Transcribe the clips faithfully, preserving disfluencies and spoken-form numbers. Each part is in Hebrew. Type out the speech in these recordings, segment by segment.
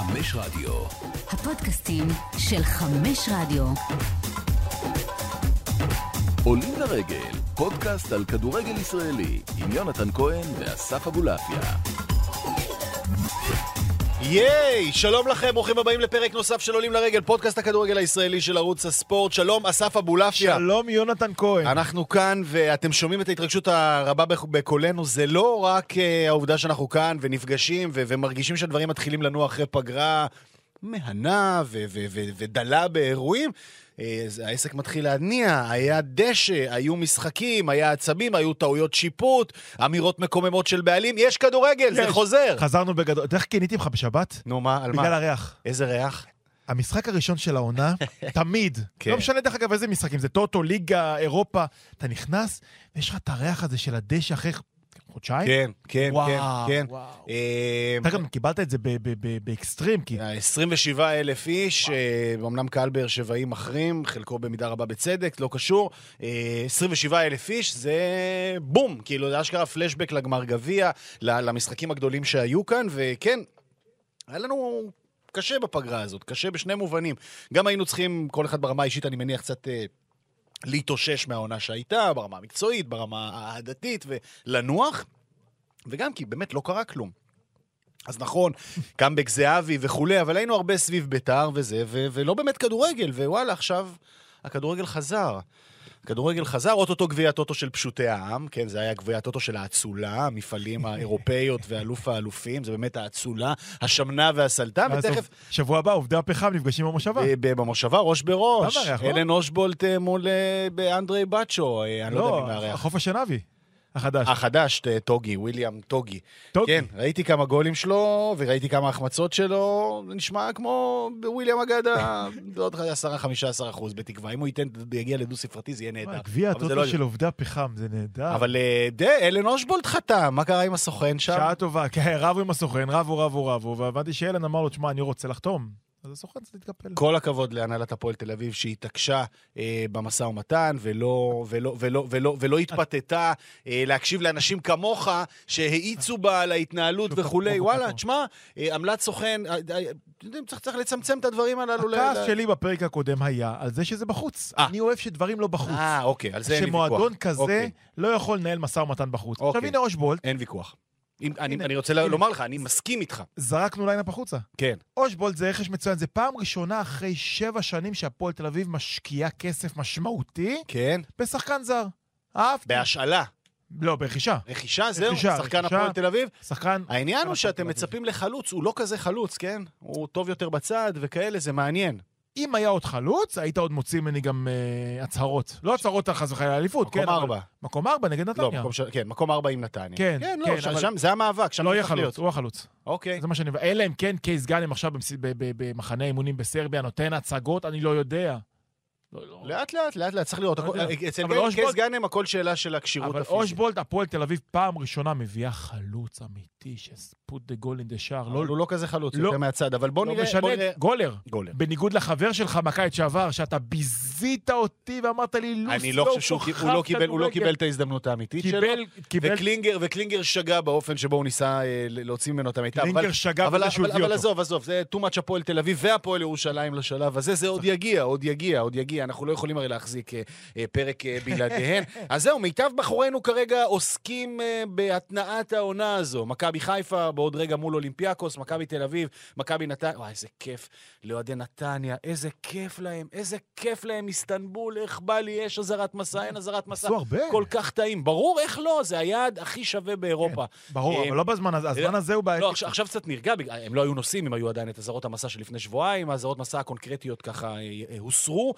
חמש רדיו. הפודקאסטים של חמש רדיו. עולים לרגל, פודקאסט על כדורגל ישראלי, עם יונתן כהן ואסף אבולעפיה. ייי, שלום לכם, ברוכים הבאים לפרק נוסף של עולים לרגל, פודקאסט הכדורגל הישראלי של ערוץ הספורט. שלום, אסף אבולעפיה. שלום, יונתן כהן. אנחנו כאן, ואתם שומעים את ההתרגשות הרבה בקולנו. זה לא רק uh, העובדה שאנחנו כאן ונפגשים ו- ומרגישים שהדברים מתחילים לנוע אחרי פגרה מהנה ו- ו- ו- ודלה באירועים. העסק מתחיל להניע, היה דשא, היו משחקים, היה עצבים, היו טעויות שיפוט, אמירות מקוממות של בעלים, יש כדורגל, יש. זה חוזר. חזרנו בגדול. איך קניתי לך בשבת? נו מה, על מה? בגלל הריח. איזה ריח? המשחק הראשון של העונה, תמיד, כן. לא משנה דרך אגב איזה משחקים, זה טוטו, ליגה, אירופה, אתה נכנס ויש לך את הריח הזה של הדשא אחרי חודשיים? כן, כן, וואו, כן, כן. וואו. אה, אתה גם קיבלת את זה באקסטרים, כי... עשרים ושבעה אלף איש, אמנם קהל באר שבעי מחרים, חלקו במידה רבה בצדק, לא קשור. עשרים ושבעה אלף איש, זה בום, כאילו זה אשכרה פלשבק לגמר גביע, למשחקים הגדולים שהיו כאן, וכן, היה לנו קשה בפגרה הזאת, קשה בשני מובנים. גם היינו צריכים, כל אחד ברמה האישית, אני מניח קצת... להתאושש מהעונה שהייתה, ברמה המקצועית, ברמה העדתית, ולנוח, וגם כי באמת לא קרה כלום. אז נכון, קאמבק זהבי וכולי, אבל היינו הרבה סביב בית"ר וזה, ו- ולא באמת כדורגל, ווואלה, עכשיו הכדורגל חזר. הכדורגל חזר, אוטוטו גביע הטוטו של פשוטי העם, כן, זה היה גביע הטוטו של האצולה, המפעלים האירופאיות ואלוף האלופים, זה באמת האצולה, השמנה והסלטה, ותכף... שבוע הבא, עובדי הפחם נפגשים במושבה. במושבה, ראש בראש. אלן אושבולט מול באנדרי בצ'ו, אני לא יודע מי מארח. החוף השנבי. החדש. החדש, טוגי, וויליאם טוגי. טוגי. כן, ראיתי כמה גולים שלו, וראיתי כמה החמצות שלו, זה נשמע כמו בוויליאם אגדה, עוד עשרה חמישה עשר אחוז בתקווה. אם הוא ייתן, יגיע לדו ספרתי, זה יהיה נהדר. גביע הטוטו של עובדי הפחם, זה נהדר. אבל אלן אושבולט חתם, מה קרה עם הסוכן שם? שעה טובה, כן, רבו עם הסוכן, רבו, רבו, רבו, והבנתי שאלן אמר לו, תשמע, אני רוצה לחתום. אז הסוכן צריך להתקפל. כל הכבוד להנהלת הפועל תל אביב שהתעקשה אה, במשא ומתן ולא, ולא, ולא, ולא, ולא התפתתה אה, להקשיב לאנשים כמוך שהאיצו בה על ההתנהלות וכולי. וואלה, תשמע, אה, עמלת סוכן, אה, אה, צריך, צריך לצמצם את הדברים הללו. הכעס ל... שלי בפרק הקודם היה על זה שזה בחוץ. 아. אני אוהב שדברים לא בחוץ. אה, אוקיי, על זה אין לי ויכוח. שמועדון כזה אוקיי. לא יכול לנהל משא ומתן בחוץ. אוקיי. עכשיו הנה אושבולט. אין ויכוח. אני, אני רוצה לומר לך, אני מסכים איתך. זרקנו ליינאפ החוצה. כן. אושבולט זה רכש מצוין, זה פעם ראשונה אחרי שבע שנים שהפועל תל אביב משקיעה כסף משמעותי. כן. בשחקן זר. אהבתי. בהשאלה. לא, ברכישה. רכישה, זהו? רכישה, שחקן רכישה. הפועל תל אביב? שחקן... העניין הוא שאתם מצפים לחלוץ, הוא לא כזה חלוץ, כן? הוא טוב יותר בצד וכאלה, זה מעניין. אם היה עוד חלוץ, היית עוד מוציא ממני גם uh, הצהרות. לא הצהרות על חס וחלילה אליפות. מקום כן, ארבע. אבל... מקום ארבע נגד נתניה. לא, מקום ש... כן, מקום ארבע עם נתניה. כן, כן, לא, כן, ש... אבל... שם, זה המאבק, שם לא יהיה צריך להיות. חלוץ, הוא החלוץ. אוקיי. זה מה שאני... אלא אם כן, קייס גאנם עכשיו במחנה אימונים בסרביה, נותן הצגות, אני לא יודע. לאט לאט, לאט לאט, צריך לראות. אצל קייס גאנם הכל שאלה של הקשירות הפיזית. אבל אושבולט, הפועל תל אביב פעם ראשונה מביאה חלוץ אמיתי, שפוט דה גול אין דה שער. הוא לא כזה חלוץ, יותר מהצד, אבל בוא נראה... גולר. גולר. בניגוד לחבר שלך מהקיץ שעבר, שאתה ביזית אותי ואמרת לי, לוס, אני לא חושב שהוא לא קיבל את ההזדמנות האמיתית שלו. וקלינגר שגה באופן שבו הוא ניסה להוציא ממנו את המיטב. קלינגר שגה בזה שהוא הביא אותו. אבל עזוב, עזוב, זה too much הפועל תל אביב והפועל ירושלים לשלב הזה, זה עוד יגיע, עוד יגיע, עוד יגיע. אנחנו לא יכולים הרי להחזיק פרק בלעדיהן. אז זהו, מיטב בחורינו כרגע עוסקים בהתנעת העונה הזו. מכבי חיפה בעוד רגע מול אולימפיאקוס, מכבי תל אביב, מכבי נתניה. וואי, איזה כיף לאוהדי נתניה, איזה כיף להם, איזה כיף להם איסטנבול, איך בא לי, יש עזרת מסע, אין עזרת מסע. כל כך טעים. ברור, איך לא? זה היעד הכי שווה באירופה. ברור, אבל לא בזמן הזה. הזמן הזה הוא בעיה. לא, עכשיו קצת נרגע, הם לא היו נוסעים, אם היו עדיין את עזרות המסע שלפני שבועיים, העזרות מסע הקונקרטיות ככה הוסרו.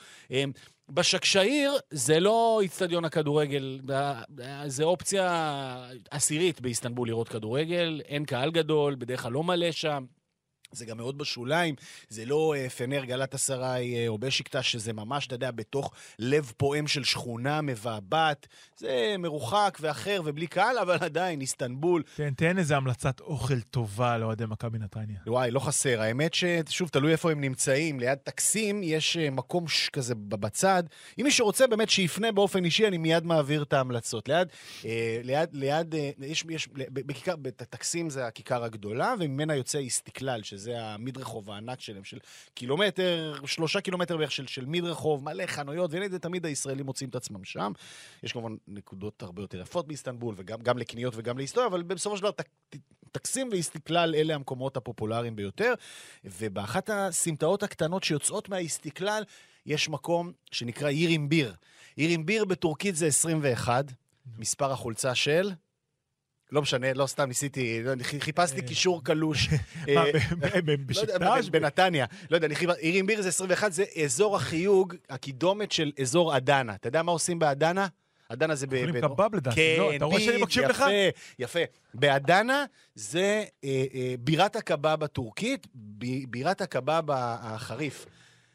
בשקשאיר זה לא אצטדיון הכדורגל, זה אופציה עשירית באיסטנבול לראות כדורגל, אין קהל גדול, בדרך כלל לא מלא שם. זה גם מאוד בשוליים, זה לא פנר גלאטסראי או בשיקטש, שזה ממש, אתה יודע, בתוך לב פועם של שכונה מבעבעת, זה מרוחק ואחר ובלי קהל, אבל עדיין, איסטנבול. תן, תן איזה המלצת אוכל טובה לאוהדי מכבי נתניה. וואי, לא חסר. האמת ששוב, תלוי איפה הם נמצאים. ליד טקסים יש מקום כזה בצד. אם מי שרוצה באמת שיפנה באופן אישי, אני מיד מעביר את ההמלצות. ליד, ליד, ליד, יש, יש, בכיכר, בטקסים זה הכיכר הגדולה, וממנה יוצא איסטיקלל, שזה שזה המדרחוב הענק שלהם, של קילומטר, שלושה קילומטר בערך של, של מדרחוב, מלא חנויות, והנה תמיד הישראלים מוצאים את עצמם שם. יש כמובן נקודות הרבה יותר יפות באיסטנבול, וגם גם לקניות וגם להיסטוריה, אבל בסופו של דבר טקסים ואיסטיקלל אלה המקומות הפופולריים ביותר, ובאחת הסמטאות הקטנות שיוצאות מהאיסטיקלל, יש מקום שנקרא ירימביר. ירימביר בטורקית זה עשרים ואחת, מספר החולצה של... לא משנה, לא סתם ניסיתי, חיפשתי קישור קלוש. מה, בשקטש? בנתניה. לא יודע, ירימביר זה עשרים ואחת, זה אזור החיוג, הקידומת של אזור אדנה. אתה יודע מה עושים באדנה? אדנה זה... אוכלים קבב לדעתי, לא? אתה רואה שאני מקשיב לך? יפה, יפה. באדנה זה בירת הקבב הטורקית, בירת הקבב החריף.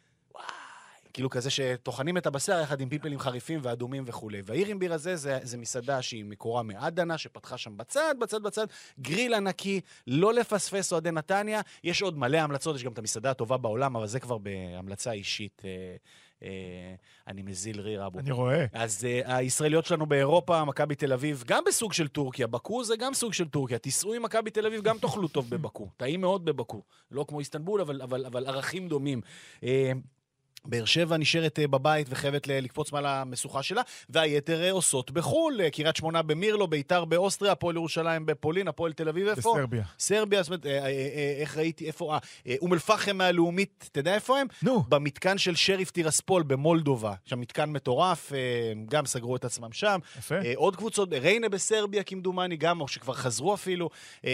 כאילו כזה שטוחנים את הבשר יחד עם פיפלים חריפים ואדומים וכו'. והירימביר הזה זה, זה מסעדה שהיא מקורה מאדנה, שפתחה שם בצד, בצד, בצד, גריל ענקי, לא לפספס אוהדי נתניה. יש עוד מלא המלצות, יש גם את המסעדה הטובה בעולם, אבל זה כבר בהמלצה אישית. אה, אה, אני מזיל ריר אבו. אני רואה. אז אה, הישראליות שלנו באירופה, מכבי תל אביב, גם בסוג של טורקיה. בקו זה גם סוג של טורקיה. תיסעו עם מכבי תל אביב, גם תאכלו טוב בבקו. טעים מאוד בבקו. לא כמו איסטנבול, אבל, אבל, אבל ערכים דומים. אה, באר שבע נשארת בבית וחייבת לקפוץ מעל המשוכה שלה, והיתר עושות בחול, קריית שמונה במירלו, ביתר באוסטריה, הפועל ירושלים בפולין, הפועל תל אביב איפה? בסרביה. סרביה, זאת אומרת, איך ראיתי, איפה? אום אל-פחם מהלאומית, אתה יודע איפה הם? נו. במתקן של שריף טירספול במולדובה, שם מתקן מטורף, גם סגרו את עצמם שם. יפה. עוד קבוצות, ריינה בסרביה כמדומני, גם, או שכבר חזרו אפילו.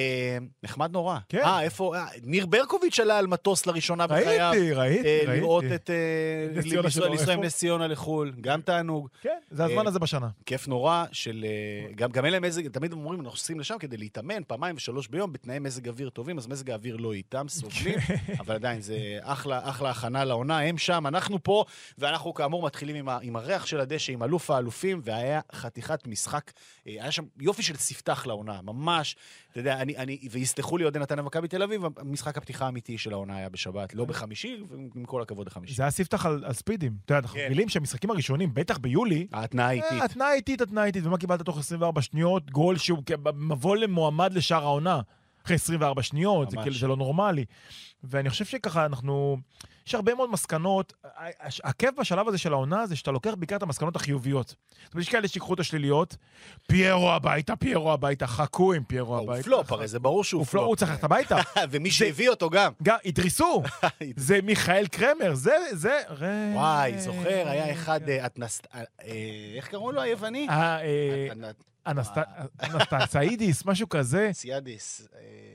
נחמד נורא. כן. אה, איפה? ניר ברקוביץ' עלה על מטוס לראשונה בחייו. ראיתי, ראיתי, לראות ראיתי. את לנסוע עם נס ציונה לחול, גם תענוג. כן, זה הזמן הזה בשנה. כיף נורא של... גם אין להם מזג, תמיד אומרים, אנחנו נוסעים לשם כדי להתאמן פעמיים ושלוש ביום, בתנאי מזג אוויר טובים, אז מזג האוויר לא איתם, סובלים, אבל עדיין זה אחלה, אחלה הכנה לעונה, הם שם, אנחנו פה, ואנחנו כאמור מתחילים עם הריח של הדשא, עם אלוף האלופים, והיה חתיכת משחק, היה שם יופי של ספתח לעונה, ממש, אתה יודע, אני, אני, ויסתכלו לי עוד נתניה ומכבי תל אביב, המשחק הפתיחה האמיתי של העונה היה בשבת, לא בחמישי, ועם כל הכבוד לחמישי. זה היה ספתח על, על ספידים. אתה יודע, אנחנו רגילים שהמשחקים הראשונים, בטח ביולי, התנאה איטית. התנאה איטית, התנאה איטית, ומה קיבלת תוך עשרים וארבע שניות? גול שהוא מבוא למועמד לשאר העונה, אחרי עשרים וארבע שניות, זה, זה לא נורמלי. ואני חושב שככה אנחנו... יש הרבה מאוד מסקנות, הכיף בשלב הזה של העונה זה שאתה לוקח בעיקר את המסקנות החיוביות. זאת אומרת, יש כאלה שיקחו את השליליות, פיירו הביתה, פיירו הביתה, חכו עם פיירו הביתה. הוא פלופ, הרי זה ברור שהוא פלופ. הוא צריך ללכת הביתה. ומי שהביא אותו גם. גם, התריסו. זה מיכאל קרמר, זה, זה... וואי, זוכר, היה אחד, איך קראו לו, היווני? אנסטסאידיס, משהו כזה. סיאדיס.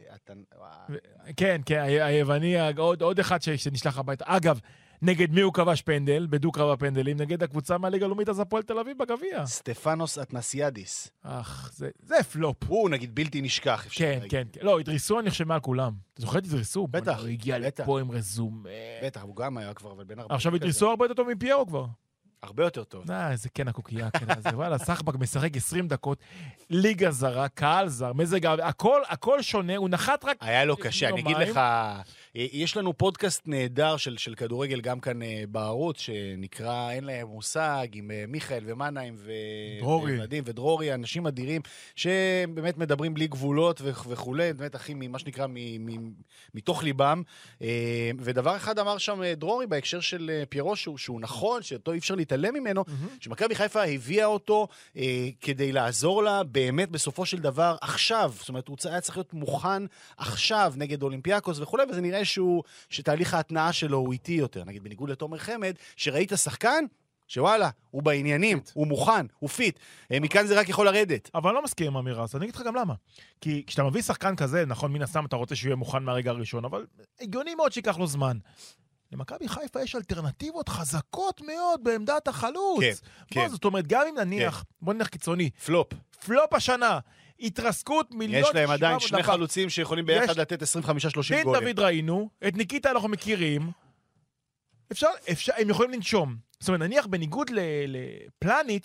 כן, כן, היווני, עוד אחד שנשלח הביתה. אגב, נגד מי הוא כבש פנדל? בדו-קרב הפנדלים, נגד הקבוצה מהליגה הלאומית, אז הפועל תל אביב בגביע. סטפנוס אתנסיאדיס. אך, זה פלופ. הוא נגיד בלתי נשכח. כן, כן. לא, הדריסו אני חושב מעל כולם. אתה זוכר את הדריסו? בטח. הוא הגיע לפה עם רזומה. בטח, הוא גם היה כבר, אבל בין הרבה... עכשיו הדריסו הרבה יותר טוב מפיירו כבר. הרבה יותר טוב. אה, זה כן הקוקייה, כן, אז וואלה, סחבק משחק עשרים דקות, ליגה זרה, קהל זר, מזג האוויר, הכל, הכל שונה, הוא נחת רק... היה לו קשה, אני אגיד לך, יש לנו פודקאסט נהדר של, של כדורגל גם כאן בערוץ, שנקרא, אין להם מושג, עם מיכאל ומנהיים ודרורי, ודרורי, אנשים אדירים, שבאמת מדברים בלי גבולות וכו', באמת אחי, מה שנקרא, מתוך ליבם, ודבר אחד אמר שם דרורי, בהקשר של פיירו, שהוא נכון, שאותו אי אפשר להתעלם ממנו, שמכבי חיפה הביאה אותו כדי לעזור לה, באמת בסופו של דבר, עכשיו, זאת אומרת, הוא היה צריך להיות מוכן עכשיו נגד אולימפיאקוס וכו', וזה נראה שהוא, שתהליך ההתנאה שלו הוא איטי יותר, נגיד בניגוד לתומר חמד, שראית שחקן, שוואלה, הוא בעניינים, הוא מוכן, הוא פיט, מכאן זה רק יכול לרדת. אבל אני לא מסכים עם אמירה, אז אני אגיד לך גם למה. כי כשאתה מביא שחקן כזה, נכון, מן הסתם אתה רוצה שהוא יהיה מוכן מהרגע הראשון, אבל הגיוני מאוד שיקח לו זמן. למכבי חיפה יש אלטרנטיבות חזקות מאוד בעמדת החלוץ. כן, כן. זאת אומרת, גם אם נניח, בוא נניח קיצוני. פלופ. פלופ השנה. התרסקות מיליון... יש להם עדיין שני חלוצים שיכולים ביחד לתת עשרים וחמש שלושים גולים. דין דוד ראינו, את ניקיטה אנחנו מכירים. אפשר, אפשר, הם יכולים לנשום. זאת אומרת, נניח בניגוד לפלניץ',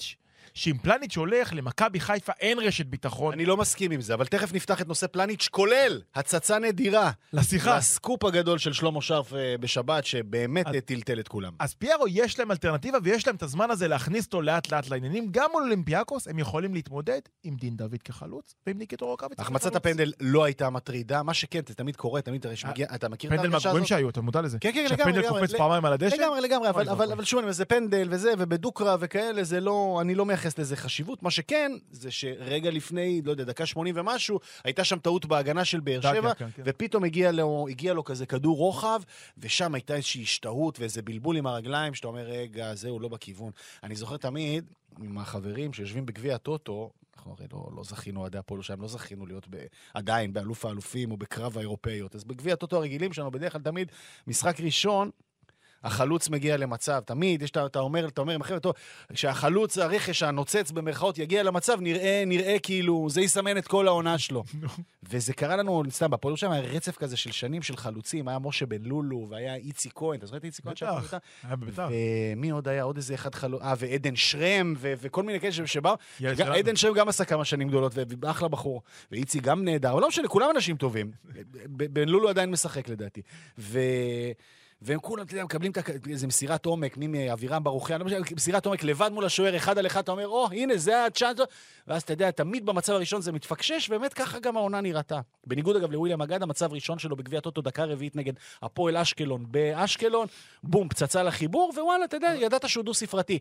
שאם פלניץ' הולך למכבי חיפה אין רשת ביטחון. אני לא מסכים עם זה, אבל תכף נפתח את נושא פלניץ' כולל הצצה נדירה. לשיחה. לסקופ הגדול של שלמה שרף בשבת, שבאמת טלטל את כולם. אז פיירו יש להם אלטרנטיבה, ויש להם את הזמן הזה להכניס אותו לאט לאט לעניינים. גם מול אולימפיאקוס הם יכולים להתמודד עם דין דוד כחלוץ, ועם ניקיטור רוקאביץ' כחלוץ. החמצת הפנדל לא הייתה מטרידה, מה שכן, זה תמיד קורה, תמיד מגיע, אתה מכיר את ההרגשה הזאת? פנדל מהגרועים שהיו, אתה מודע לזה? כן, כן, לגמרי, שהפנדל קופץ פעמיים על הדשא? לגמרי, לגמרי, אבל, אבל, אבל שוב, זה פנדל וזה, ובדוקרה וכאלה, זה לא, אני לא מייחס לזה חשיבות. מה שכן, זה שרגע לפני, לא יודע, דקה שמונים ומשהו, הייתה שם טעות בהגנה של באר שבע, כן, כן. ופתאום הגיע לו, הגיע לו כזה כדור רוחב, ושם הייתה איזושהי השתהות ואיזה בלבול עם הרגליים, שאתה אומר, רגע, זהו, לא בכיוון. אני זוכר תמיד, עם החברים שיושבים בגביע הטוטו, אנחנו הרי לא, לא זכינו עדי הפועל שם, לא זכינו להיות ב, עדיין באלוף האלופים או בקרב האירופאיות. אז בגביע הטוטו הרגילים שלנו, בדרך כלל תמיד משחק ראשון, החלוץ מגיע למצב, תמיד, יש, אתה אומר, אתה אומר, עם אחרת, כשהחלוץ, הרכש, הנוצץ במרכאות, יגיע למצב, נראה, נראה כאילו, זה יסמן את כל העונה שלו. וזה קרה לנו, סתם, בפועל שם היה רצף כזה של שנים של חלוצים, היה משה בן לולו, והיה איצי כהן, אתה זוכר את איצי כהן? בטח, היה בביתר. ומי עוד היה? עוד איזה אחד חלוץ, אה, ועדן שרם, וכל מיני כאלה שבאו, עדן שרם גם עשה כמה שנים גדולות, ואחלה בחור, ואיצי גם נהדר, אבל לא משנה, כולם אנשים טובים. בן לולו עדיין משחק לדעתי. ו... והם כולם, אתה יודע, מקבלים איזו מסירת עומק, מי אבירם ברוכיאן, מסירת עומק לבד מול השוער, אחד על אחד, אתה אומר, או, הנה, זה הצ'אנס, ואז אתה יודע, תמיד במצב הראשון זה מתפקשש, באמת ככה גם העונה נראתה. בניגוד אגב לוויליאם אגד, המצב הראשון שלו בגביע הטוטו דקה רביעית נגד הפועל אשקלון באשקלון, בום, פצצה לחיבור, ווואלה, אתה יודע, ידעת שהוא דו ספרתי.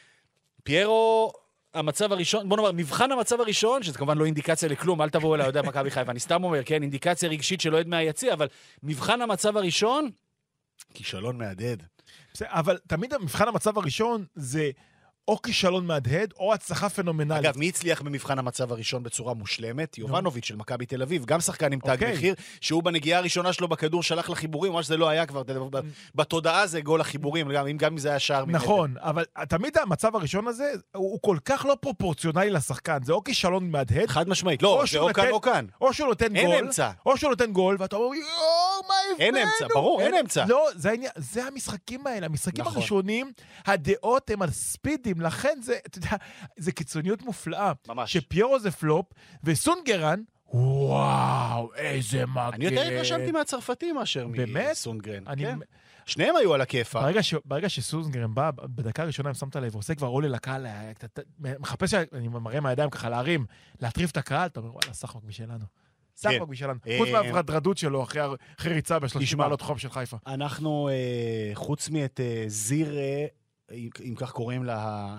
פיירו, המצב הראשון, בוא נאמר, מבחן המצב הראשון, שזה כמובן לא אינדיקציה לכלום, אל תבואו אליי, יודע מכבי חיפה, אני סתם אומר, כן, אינדיקציה רגשית שלא עד מהיציע, אבל מבחן המצב הראשון, כישלון מהדהד. אבל תמיד המבחן המצב הראשון זה או כישלון מהדהד או הצלחה פנומנלית. אגב, מי הצליח במבחן המצב הראשון בצורה מושלמת? יובנוביץ' של מכבי תל אביב, גם שחקן עם תג מחיר, שהוא בנגיעה הראשונה שלו בכדור שלח לחיבורים, מה שזה לא היה כבר, בתודעה זה גול החיבורים, גם אם זה היה שער ממנו. נכון, אבל תמיד המצב הראשון הזה, הוא כל כך לא פרופורציונלי לשחקן, זה או כישלון מהדהד, חד משמעית, לא, זה או כאן או כאן. או שהוא נותן גול, אין אמצע. או שהוא נותן גול, ואתה אומר, יואו, מה הבאנו? אין אמצע, ברור, אין אמצע. לא, זה העניין, זה המשחקים האלה, המשחקים הראשונים, הדעות הם על ספידים, לכן זה, אתה יודע, זה קיצוניות מופלאה. ממש. שפיירו זה פלופ, וסונגרן, וואו, איזה מגן. אני יותר התרשמתי מהצרפתים מאשר מסונגרן. אני... כן. שניהם היו על הכיפה. ברגע, ש... ברגע שסונגרן בא, בדקה הראשונה הם שמת לב, ועושה כבר עולה לקהל, מחפש, אני מראה מהידיים ככה להרים, להטריף את הקהל, אתה אומר, וואלה, סחמק משלנו. סחמק משלנו. חוץ מההפרדרדות שלו, אחרי ריצה בשלושים מעלות חום של חיפה. אנחנו, חוץ מאת זיר, אם כך קוראים לה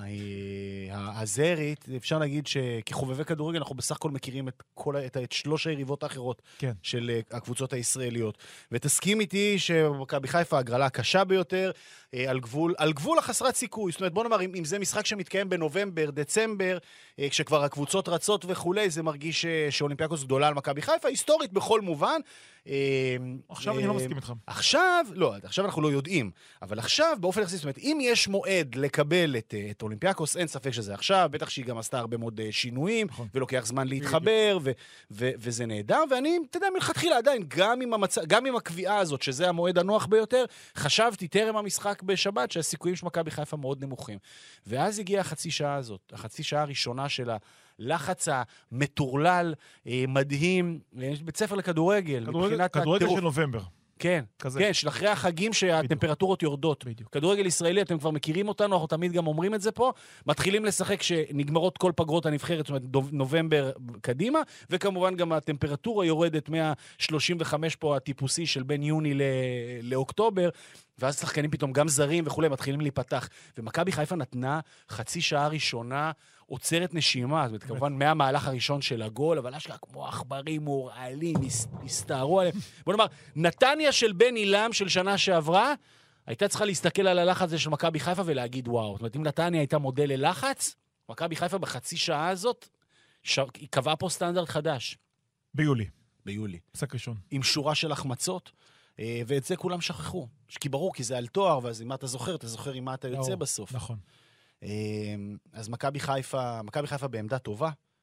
הזרית, אפשר להגיד שכחובבי כדורגל אנחנו בסך הכל מכירים את, כל, את, את שלוש היריבות האחרות כן. של הקבוצות הישראליות. ותסכים איתי שמכבי חיפה הגרלה הקשה ביותר, על גבול, על גבול החסרת סיכוי. זאת אומרת, בוא נאמר, אם, אם זה משחק שמתקיים בנובמבר, דצמבר, כשכבר הקבוצות רצות וכולי, זה מרגיש שאולימפיאקוס גדולה על מכבי חיפה, היסטורית בכל מובן. עכשיו אני לא מסכים איתך. עכשיו, לא, עכשיו אנחנו לא יודעים, אבל עכשיו, באופן יחסי, זאת אומרת, אם יש מועד לקבל את, את אולימפיאקוס, אין ספק שזה עכשיו, בטח שהיא גם עשתה הרבה מאוד שינויים, ולוקח זמן להתחבר, ו, ו, וזה נהדר, ואני, אתה יודע, מלכתחילה עדיין, גם עם, המצ... גם עם הקביעה הזאת, שזה המועד הנוח ביותר, חשבתי טרם המשחק בשבת, שהסיכויים של מכבי חיפה מאוד נמוכים. ואז הגיעה החצי שעה הזאת, החצי שעה הראשונה של הלחץ המטורלל, מדהים, בית ספר לכדורגל. כדורגל, כדורגל של נובמבר. כן, כזה. כן, של אחרי החגים שהטמפרטורות יורדות. בדיוק. כדורגל ישראלי, אתם כבר מכירים אותנו, אנחנו תמיד גם אומרים את זה פה, מתחילים לשחק כשנגמרות כל פגרות הנבחרת, זאת אומרת, נובמבר קדימה, וכמובן גם הטמפרטורה יורדת מה-שלושים וחמש פה הטיפוסי של בין יוני לאוקטובר, ואז שחקנים פתאום גם זרים וכולי, מתחילים להיפתח. ומכבי חיפה נתנה חצי שעה ראשונה, עוצרת נשימה, זאת אומרת, כמובן מהמהלך הראשון של הגול, אבל אשכרה כמו עכברים מורעלים, הסתערו עליהם. בוא נאמר, נתניה של בן אילם של שנה שעברה, הייתה צריכה להסתכל על הלחץ הזה של מכבי חיפה ולהגיד וואו. זאת אומרת, אם נתניה הייתה מודל ללחץ, מכבי חיפה בחצי שעה הזאת, ש... היא קבעה פה סטנדרט חדש. ביולי. ביולי. פסק ראשון. עם שורה של החמצות, ואת זה כולם שכחו. כי ברור, כי זה על תואר, ואז אם אתה זוכר, אתה זוכר עם מה אתה יוצא בסוף. נכון. אז מכבי חיפה, מכבי חיפה בעמדה טובה,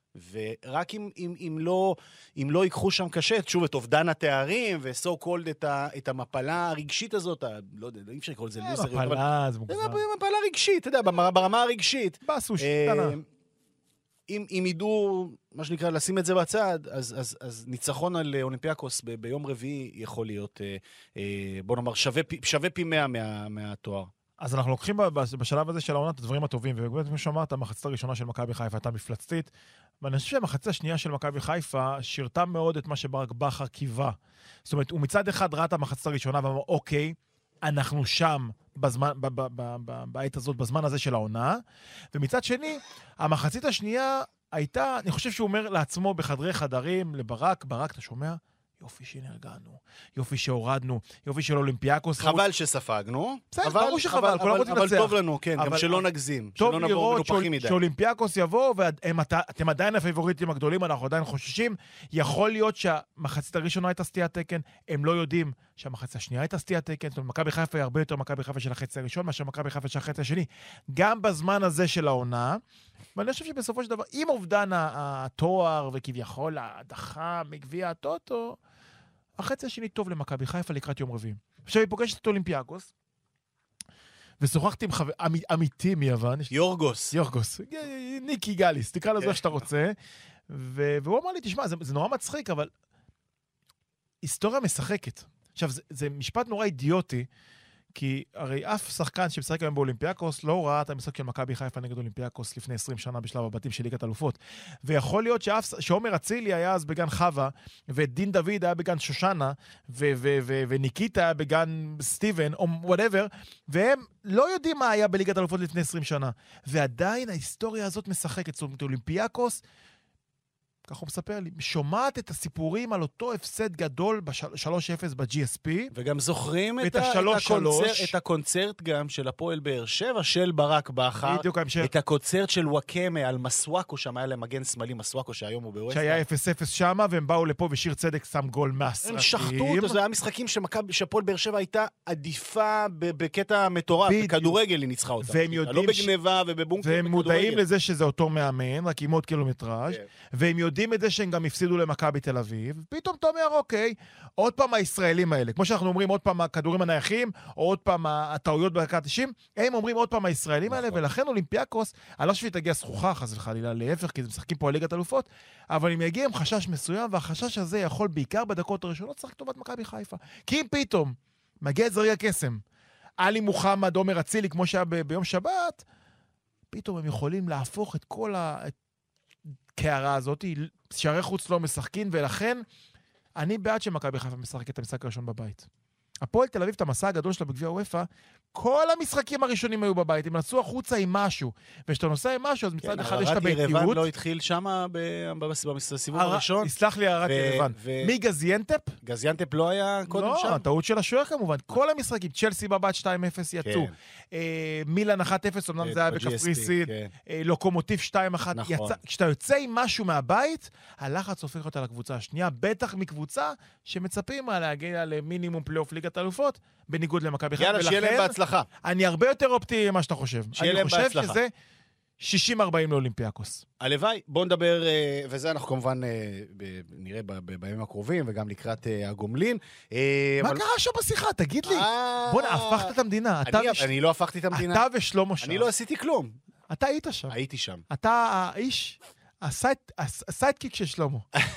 ורק אם, אם, אם, לא, אם לא ייקחו שם קשה, שוב, את אובדן התארים, ו-so called את, ה, את המפלה הרגשית הזאת, לא יודע, אי אפשר לקרוא לזה לוזר. מפלה, זה מוגזם. זה מפלה רגשית, אתה יודע, ברמה הרגשית. בסוש, קטנה. אם, אם ידעו, מה שנקרא, לשים את זה בצד, אז, אז, אז ניצחון על אולימפיאקוס ב, ביום רביעי יכול להיות, אה, אה, בוא נאמר, שווה, שווה פי מאה מה, מהתואר. אז אנחנו לוקחים בשלב הזה של העונה את הדברים הטובים, ובאמת כמו שאמרת, המחצית הראשונה של מכבי חיפה הייתה מפלצתית, ואני חושב שהמחצית השנייה של מכבי חיפה שירתה מאוד את מה שברק בכר קיווה. זאת אומרת, הוא מצד אחד ראה את המחצית הראשונה ואמר, אוקיי, אנחנו שם בזמן, ב- ב- ב- ב- בעת הזאת, בזמן הזה של העונה, ומצד שני, המחצית השנייה הייתה, אני חושב שהוא אומר לעצמו בחדרי חדרים, לברק, ברק, אתה שומע? יופי שנרגענו, יופי שהורדנו, יופי של אולימפיאקוס. חבל שספגנו. בסדר, ברור שחבל, כולם רוצים לנצח. לנצח. אבל טוב לנו, כן, גם שלא נגזים. טוב לראות שאולימפיאקוס יבוא, ואתם עדיין הפייבוריטים הגדולים, אנחנו עדיין חוששים. יכול להיות שהמחצית הראשונה הייתה סטיית תקן, הם לא יודעים שהמחצית השנייה הייתה סטיית תקן, זאת אומרת, מכבי חיפה היא הרבה יותר מכבי חיפה של החצי הראשון, מאשר מכבי חיפה של החצי השני. גם בזמן הזה של העונה, ואני חושב שבסופו של דבר, אם אובדן התואר וכביכול ההדחה מגביע הטוטו, החצי השני טוב למכבי חיפה לקראת יום רביעי. עכשיו היא פוגשת את אולימפיאקוס, ושוחחתי עם חבר, אמיתי מיוון. יורגוס. יורגוס. ניקי גליס, תקרא לזה איך שאתה רוצה. והוא אמר לי, תשמע, זה נורא מצחיק, אבל היסטוריה משחקת. עכשיו, זה משפט נורא אידיוטי, כי הרי אף שחקן שמשחק היום באולימפיאקוס לא ראה את המשחק של מכבי חיפה נגד אולימפיאקוס לפני עשרים שנה בשלב הבתים של ליגת אלופות. ויכול להיות שאף, שעומר אצילי היה אז בגן חווה, ודין דוד היה בגן שושנה, ו- ו- ו- וניקיטה היה בגן סטיבן, או whatever, והם לא יודעים מה היה בליגת אלופות לפני עשרים שנה. ועדיין ההיסטוריה הזאת משחקת. זאת אומרת, אולימפיאקוס, כך הוא מספר לי, שומעת את הסיפורים על אותו הפסד גדול ב-שלוש אפס ב-ג'י אס פי. וגם זוכרים את, ה- הקונצר, את הקונצרט גם של הפועל באר שבע, של ברק בכר. בדיוק המשך. את הקונצרט של וואקמה על מסוואקו, שם היה להם מגן שמאלי מסוואקו, שהיום הוא בווסטה. שהיה אפס אפס שמה, והם באו לפה ושיר צדק שם גול מהסרטים. הם שחטו אותו, זה היה משחקים שהפועל באר שבע הייתה עדיפה בקטע מטורף. בכדורגל היא ניצחה אותה. והם יודעים לא בגניבה ובבונקר. והם מודעים לזה שזה אותו מאמן, רק עם עוד קילומטראז', והם יודעים את זה שהם גם הפסידו למכבי תל אביב, פתאום אתה אומר, אוקיי, עוד פעם הישראלים האלה, כמו שאנחנו אומרים, עוד פעם הכדורים הנייחים, או עוד פעם הטעויות בדקה התשעים, הם אומרים עוד פעם הישראלים האלה, ולכן אולימפיאקוס, אני לא חושב שהיא תגיע זכוכה, חס וחלילה, להפך, כי הם משחקים פה על ליגת אלופות, אבל הם יגיע עם חשש מסוים, והחשש הזה יכול בעיקר בדקות הראשונות לשחק טובת מכבי חיפה. כי אם פתאום מגיע את זרעי הקסם, עלי מוחמד, עומר אצילי, כמו שהיה ב- ביום שבת, פתאום הם יכולים להפוך את כל ה... הקערה הזאת, שערי חוץ לא משחקים, ולכן אני בעד שמכבי חיפה משחק את המשחק הראשון בבית. הפועל תל אביב, את המסע הגדול שלה בגביע אופה, כל המשחקים הראשונים היו בבית, הם נסעו החוצה עם משהו, וכשאתה נוסע עם משהו, אז מצד אחד יש את הביתיות. ירוון לא התחיל שם בסיבוב הראשון. יסלח לי הרק ירוון. מי גזיינטפ? גזיינטפ לא היה קודם שם? לא, הטעות של השוער כמובן. כל המשחקים, צ'לסי בבית שתיים אפס יצאו. מילאן אחת אפס, אומנם זה היה בקפריסין. לוקומוטיב שתיים אחת. כשאתה יוצא עם משהו מהבית, הלחץ הופך אותה לקבוצה השנייה, בטח מקבוצה שמצפים לה להגיע למינימום פלייאוף ליגת האלופות, בניגוד למכבי חיפה. יאללה, שיהיה להם בהצלחה. אני הרבה יותר אופטימי ממה שאתה חושב. שיהיה להם בהצלחה. אני חושב שזה שישים ארבעים לאולימפיאקוס. הלוואי, בוא נדבר, וזה אנחנו כמובן נראה בימים הקרובים, וגם לקראת הגומלין. מה קרה שם בשיחה? תגיד לי. בוא הפכת את המדינה. אני לא הפכתי את המדינה. אתה ושלמה שם. אני לא עשיתי כלום. אתה היית שם. הייתי שם. אתה האיש... הסיידקיק של שלמה.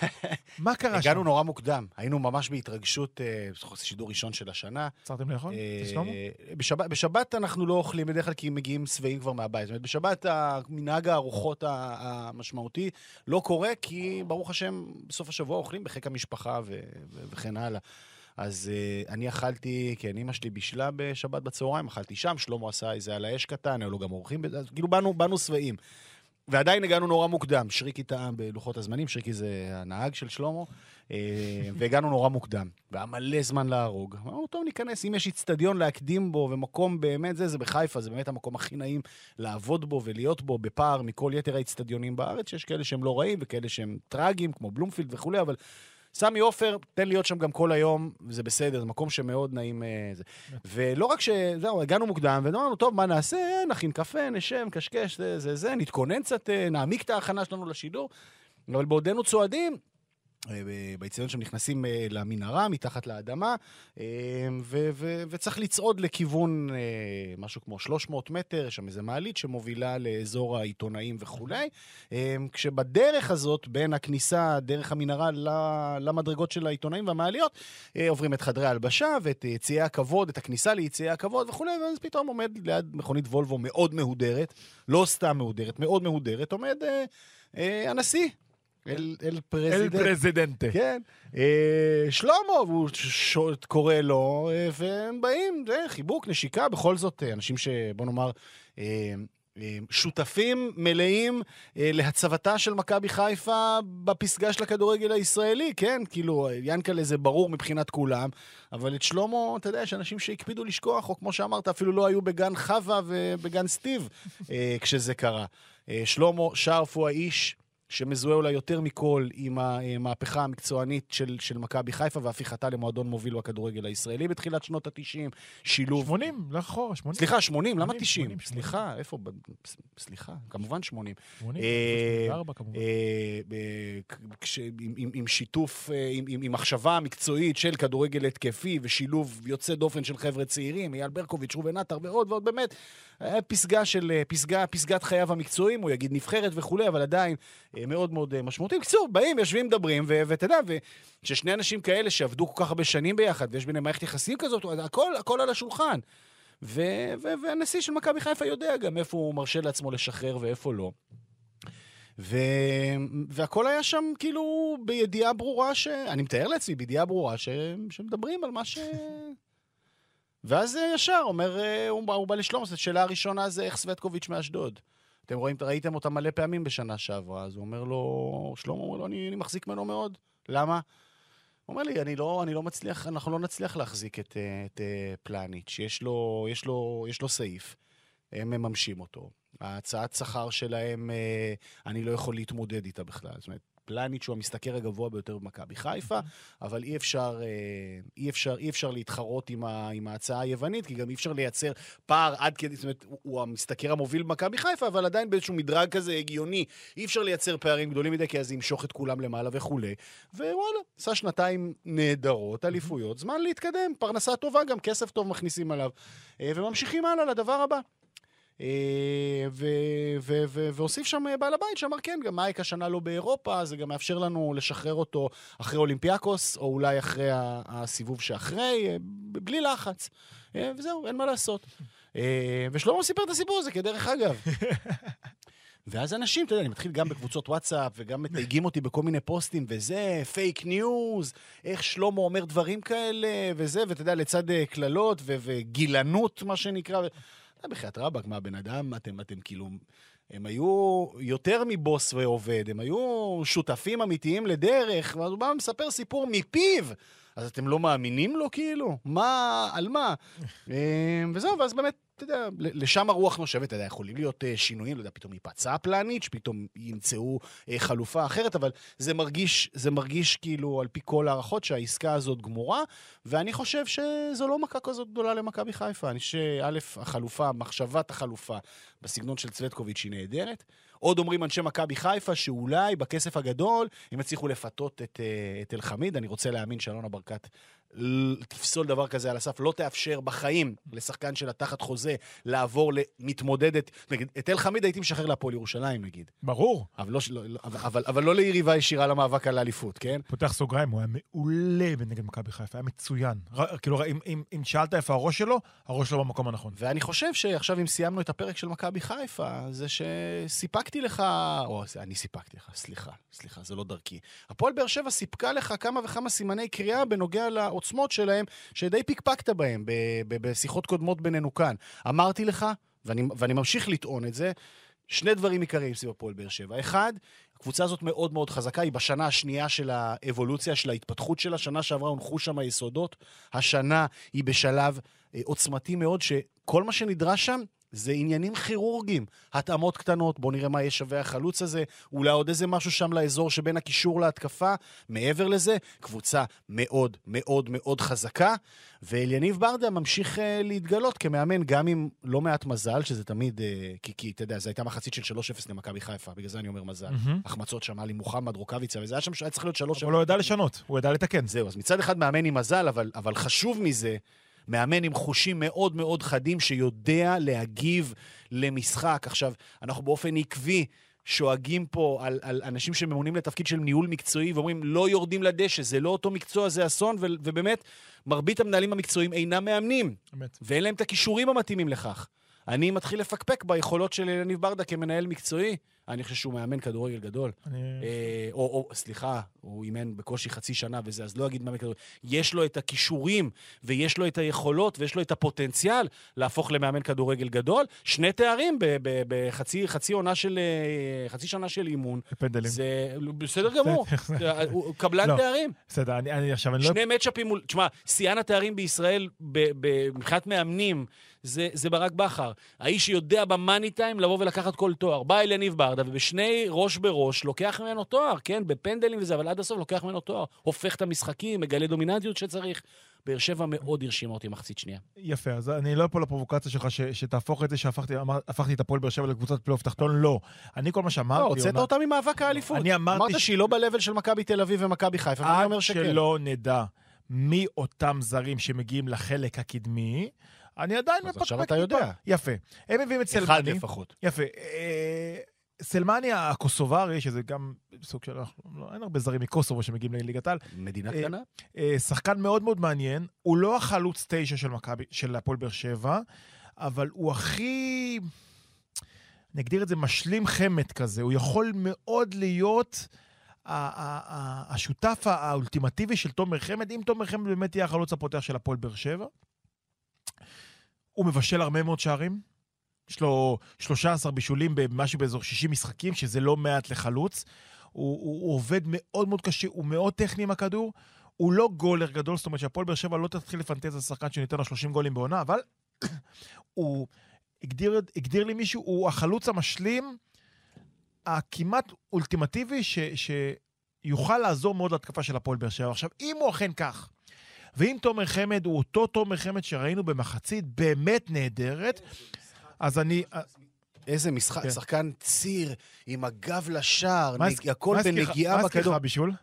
מה קרה שם? הגענו נורא מוקדם. היינו ממש בהתרגשות, שידור ראשון של השנה. עצרתם לאכול? שלמה? בשבת אנחנו לא אוכלים בדרך כלל, כי מגיעים שבעים כבר מהבית. זאת אומרת, בשבת המנהג הארוחות המשמעותי לא קורה, כי ברוך השם, בסוף השבוע אוכלים בחיק המשפחה וכן הלאה. אז אני אכלתי, כן, אמא שלי בישלה בשבת בצהריים, אכלתי שם, שלמה עשה איזה על האש קטן, היו לו גם אורחים, כאילו באנו שבעים. ועדיין הגענו נורא מוקדם, שריקי טעם בלוחות הזמנים, שריקי זה הנהג של שלמה, והגענו נורא מוקדם, והיה מלא זמן להרוג. אמרנו, טוב, ניכנס, אם יש אצטדיון להקדים בו, ומקום באמת זה, זה בחיפה, זה באמת המקום הכי נעים לעבוד בו ולהיות בו, בפער מכל יתר האצטדיונים בארץ, שיש כאלה שהם לא רעים, וכאלה שהם טרגיים, כמו בלומפילד וכו', אבל סמי אופר, תן להיות שם גם כל היום, וזה בסדר, זה מקום שמאוד נעים. זה. ולא רק שזהו, הגענו מוקדם, ואמרנו, טוב, מה נעשה? נכין קפה, נשם, קשקש, זה, זה, זה, נתכונן קצת, נעמיק את ההכנה שלנו לשידור. אבל בעודנו צועדים, באיצטדיון שהם נכנסים למנהרה, מתחת לאדמה, ו- ו- וצריך לצעוד לכיוון משהו כמו שלוש מאות מטר, יש שם איזו מעלית שמובילה לאזור העיתונאים וכולי, כשבדרך הזאת, בין הכניסה, דרך המנהרה למדרגות של העיתונאים והמעליות, עוברים את חדרי ההלבשה ואת יציאי הכבוד, את הכניסה ליציאי הכבוד וכולי, ואז פתאום עומד ליד מכונית וולבו מאוד מהודרת, לא סתם מהודרת, מאוד מהודרת, עומד הנשיא, אל, אל פרזידנט. אל פרזידנטה. כן. אה, שלמה, והוא ש... קורא לו, אה, והם באים, זה חיבוק, נשיקה, בכל זאת, אנשים שבוא נאמר, אה, אה, שותפים מלאים אה, להצבתה של מכבי חיפה בפסגה של הכדורגל הישראלי, כן? כאילו, ינקלה זה ברור מבחינת כולם, אבל את שלמה, אתה יודע, יש אנשים שהקפידו לשכוח, או כמו שאמרת, אפילו לא היו בגן חווה ובגן סטיב אה, כשזה קרה. אה, שלמה שרף הוא האיש שמזוהה אולי יותר מכל עם המהפכה המקצוענית של, של מכבי חיפה והפיכתה למועדון מוביל בכדורגל הישראלי בתחילת שנות ה-תשעים, שילוב... שמונים, לאחור, שמונים. סליחה, שמונים, למה תשעים? סליחה, איפה? סליחה, כמובן שמונים. שמונים, ארבע כמובן. עם שיתוף, עם מחשבה מקצועית של כדורגל התקפי ושילוב יוצא דופן של חבר'ה צעירים, אייל ברקוביץ', רובן עטר ועוד ועוד, באמת, פסגה של, פסגה, פסגת חייו המקצועיים, הוא יגיד נבחרת וכולי, אבל עדיין מאוד מאוד משמעותי. בקיצור, באים, יושבים, מדברים, ואתה יודע, וששני אנשים כאלה שעבדו כל כך הרבה שנים ביחד, ויש ביניהם מערכת יחסים כזאת, הכל, הכל על השולחן. והנשיא של מכבי חיפה יודע גם איפה הוא מרשה לעצמו לשחרר ואיפה לא. והכל היה שם כאילו בידיעה ברורה ש... אני מתאר לעצמי, בידיעה ברורה ש... שמדברים על מה ש... ואז ישר, אומר, הוא בא לשלום, אז השאלה הראשונה זה איך סווטקוביץ' מאשדוד. אתם רואים, ראיתם אותה מלא פעמים בשנה שעברה, אז הוא אומר לו, שלום, הוא אומר לו, אני, אני מחזיק ממנו מאוד. למה? הוא אומר לי, אני לא, אני לא מצליח, אנחנו לא נצליח להחזיק את, את פלניץ', יש לו, יש לו, יש לו סעיף, הם מממשים אותו. ההצעת שכר שלהם, אני לא יכול להתמודד איתה בכלל. זאת אומרת, פלניץ' הוא המשתכר הגבוה ביותר במכבי חיפה, אבל אי אפשר, אי אפשר, אי אפשר להתחרות עם, ה, עם ההצעה היוונית, כי גם אי אפשר לייצר פער עד כדי, זאת אומרת, הוא המשתכר המוביל במכבי חיפה, אבל עדיין באיזשהו מדרג כזה הגיוני, אי אפשר לייצר פערים גדולים מדי, כי אז ימשוך את כולם למעלה וכולי. ווואלה, עשה שנתיים נהדרות, אליפויות, זמן להתקדם, פרנסה טובה, גם כסף טוב מכניסים עליו, וממשיכים הלאה לדבר הבא. והוסיף שם בעל הבית שאמר כן, גם מייק השנה לא באירופה, זה גם מאפשר לנו לשחרר אותו אחרי אולימפיאקוס, או אולי אחרי הסיבוב שאחרי, בלי לחץ. וזהו, אין מה לעשות. ושלמה סיפר את הסיפור הזה כדרך אגב. ואז אנשים, אתה יודע, אני מתחיל גם בקבוצות וואטסאפ, וגם מתייגים אותי בכל מיני פוסטים, וזה, פייק ניוז, איך שלמה אומר דברים כאלה, וזה, ואתה יודע, לצד כללות וגילנות, מה שנקרא, בחיית רבק, מה בן אדם, אתם, אתם כאילו, הם היו יותר מבוס ועובד, הם היו שותפים אמיתיים לדרך, ואז הוא בא ומספר סיפור מפיו, אז אתם לא מאמינים לו כאילו? מה, על מה? וזהו, ואז באמת, אתה יודע, לשם הרוח נושבת, אתה יודע, יכולים להיות שינויים, לא יודע, פתאום ייפצע פלניץ', פתאום ימצאו חלופה אחרת, אבל זה מרגיש, זה מרגיש כאילו על פי כל הערכות שהעסקה הזאת גמורה, ואני חושב שזו לא מכה כזאת גדולה למכבי חיפה. אני חושב שא', החלופה, מחשבת החלופה בסגנון של סווטקוביץ' היא נהדרת. עוד אומרים אנשי מכבי חיפה שאולי בכסף הגדול הם יצליחו לפתות את, את אל חמיד. אני רוצה להאמין שאלונה ברקת תפסול דבר כזה על הסף, לא תאפשר בחיים לשחקן שלה תחת חוזה לעבור למתמודדת. נגיד, את אל חמיד הייתי משחרר להפועל ירושלים, נגיד. ברור. אבל לא, אבל, אבל, אבל לא ליריבה ישירה למאבק על האליפות, כן? פותח סוגריים, הוא היה מעולה בנגד מכבי חיפה, היה מצוין. כאילו, אם, אם, אם שאלת איפה הראש שלו, הראש שלו במקום הנכון. ואני חושב שעכשיו אם סיימנו את הפרק של מכבי חיפה, זה שסיפקתי לך, או אני סיפקתי לך, סליחה, סליחה, זה לא דרכי. הפועל באר שבע סיפקה לך כמה וכמה סימני קריאה בנוגע לעוצמות שלהם, שדי פיקפקת בהם בשיחות קודמות בינינו כאן. אמרתי לך, ואני, ואני ממשיך לטעון את זה, שני דברים עיקריים סביב הפועל באר שבע. אחד, הקבוצה הזאת מאוד מאוד חזקה, היא בשנה השנייה של האבולוציה, של ההתפתחות שלה, שנה שעברה הונחו שם היסודות, השנה היא בשלב עוצמתי מאוד, שכל מה שנדרש שם זה עניינים כירורגיים, התאמות קטנות, בוא נראה מה יש שווה החלוץ הזה, אולי עוד איזה משהו שם לאזור שבין הקישור להתקפה, מעבר לזה, קבוצה מאוד מאוד מאוד חזקה, ואליניב ברדה ממשיך uh, להתגלות כמאמן, גם עם לא מעט מזל, שזה תמיד, uh, כי, כי אתה יודע, זו הייתה מחצית של שלוש אפס למכבי חיפה, בגלל זה אני אומר מזל. Mm-hmm. החמצות שם עלי מוחמד, רוקביצה, וזה היה שם שהיה צריך להיות שלוש אפס. אבל הוא ידע לשנות, הוא ידע לתקן. זהו, אז מצד אחד מאמן עם מזל, אבל, אבל חשוב מזה, מאמן עם חושים מאוד מאוד חדים, שיודע להגיב למשחק. עכשיו, אנחנו באופן עקבי שואגים פה על, על אנשים שממונים לתפקיד של ניהול מקצועי, ואומרים, לא יורדים לדשא, זה לא אותו מקצוע, זה אסון, ו- ובאמת, מרבית המנהלים המקצועיים אינם מאמנים. באמת. ואין להם את הכישורים המתאימים לכך. אני מתחיל לפקפק ביכולות של אליניב ברדה כמנהל מקצועי. אני חושב שהוא מאמן כדורגל גדול. אני... אה, או, או, סליחה, הוא אימן בקושי חצי שנה וזה, אז לא אגיד מאמן כדורגל. יש לו את הכישורים, ויש לו את היכולות, ויש לו את הפוטנציאל להפוך למאמן כדורגל גדול. שני תארים בחצי חצי עונה של, חצי שנה של אימון. פנדלים. זה בסדר גמור. הוא קבלן תארים. בסדר, אני, אני עכשיו... שני מצ'אפים מול... תשמע, שיאן התארים בישראל, מבחינת מאמנים, זה, זה ברק בחר. האיש שיודע במאני טיים לבוא ולקחת כל תואר. בא אליניב ברדה, ובשני ראש בראש לוקח ממנו תואר, כן? בפנדלים וזה, אבל עד הסוף לוקח ממנו תואר. הופך את המשחקים, מגלה דומיננטיות שצריך. באר שבע מאוד הרשימה אותי מחצית שנייה. יפה, אז אני לא פה לפרובוקציה שלך ש, שתהפוך את זה שהפכתי אמר, הפכתי את הפועל באר שבע לקבוצת פלייאוף תחתון, לא. אני כל מה שאמרתי... לא, הוצאת אותה ממאבק האליפות. אני אמרתי... אמרת שהיא לא בלבל של מכבי תל אביב ומכבי חיפה, ואני אומר שכן. עד שלא נדע מי אותם זרים שמגיעים לחלק הקדמי, אני עדיין מפקפק. עכשיו אתה יודע. יפה. הם מביאים את סלמני. אחד לפחות. יפה. סלמני הקוסוברי, שזה גם סוג של... אין הרבה זרים מקוסובו שמגיעים לליגת העל. מדינה קטנה. שחקן מאוד מאוד מעניין. הוא לא החלוץ תשע של מכבי, של הפועל באר שבע, אבל הוא הכי... נגדיר את זה משלים חמת כזה. הוא יכול מאוד להיות... השותף האולטימטיבי של תומר חמד, אם תומר חמד באמת יהיה החלוץ הפותח של הפועל באר שבע, הוא מבשל הרבה מאוד שערים, יש לו שלושה עשר בישולים במשהו באזור שישים משחקים, שזה לא מעט לחלוץ, הוא, הוא, הוא עובד מאוד מאוד קשה, הוא מאוד טכני עם הכדור, הוא לא גולר גדול, זאת אומרת שהפועל באר שבע לא תתחיל לפנטז על שחקן שניתן לו שלושים גולים בעונה, אבל הוא הגדיר, הגדיר לי מישהו, הוא החלוץ המשלים, הכמעט אולטימטיבי ש, שיוכל לעזור מאוד להתקפה של הפועל באר שבע. עכשיו, אם הוא אכן כך, ואם תומר חמד הוא אותו תומר חמד שראינו במחצית באמת נהדרת, אז אני... איזה משחק, שחקן ציר, עם הגב לשער, הכל בנגיעה בכדור. מה סליחה, בישול?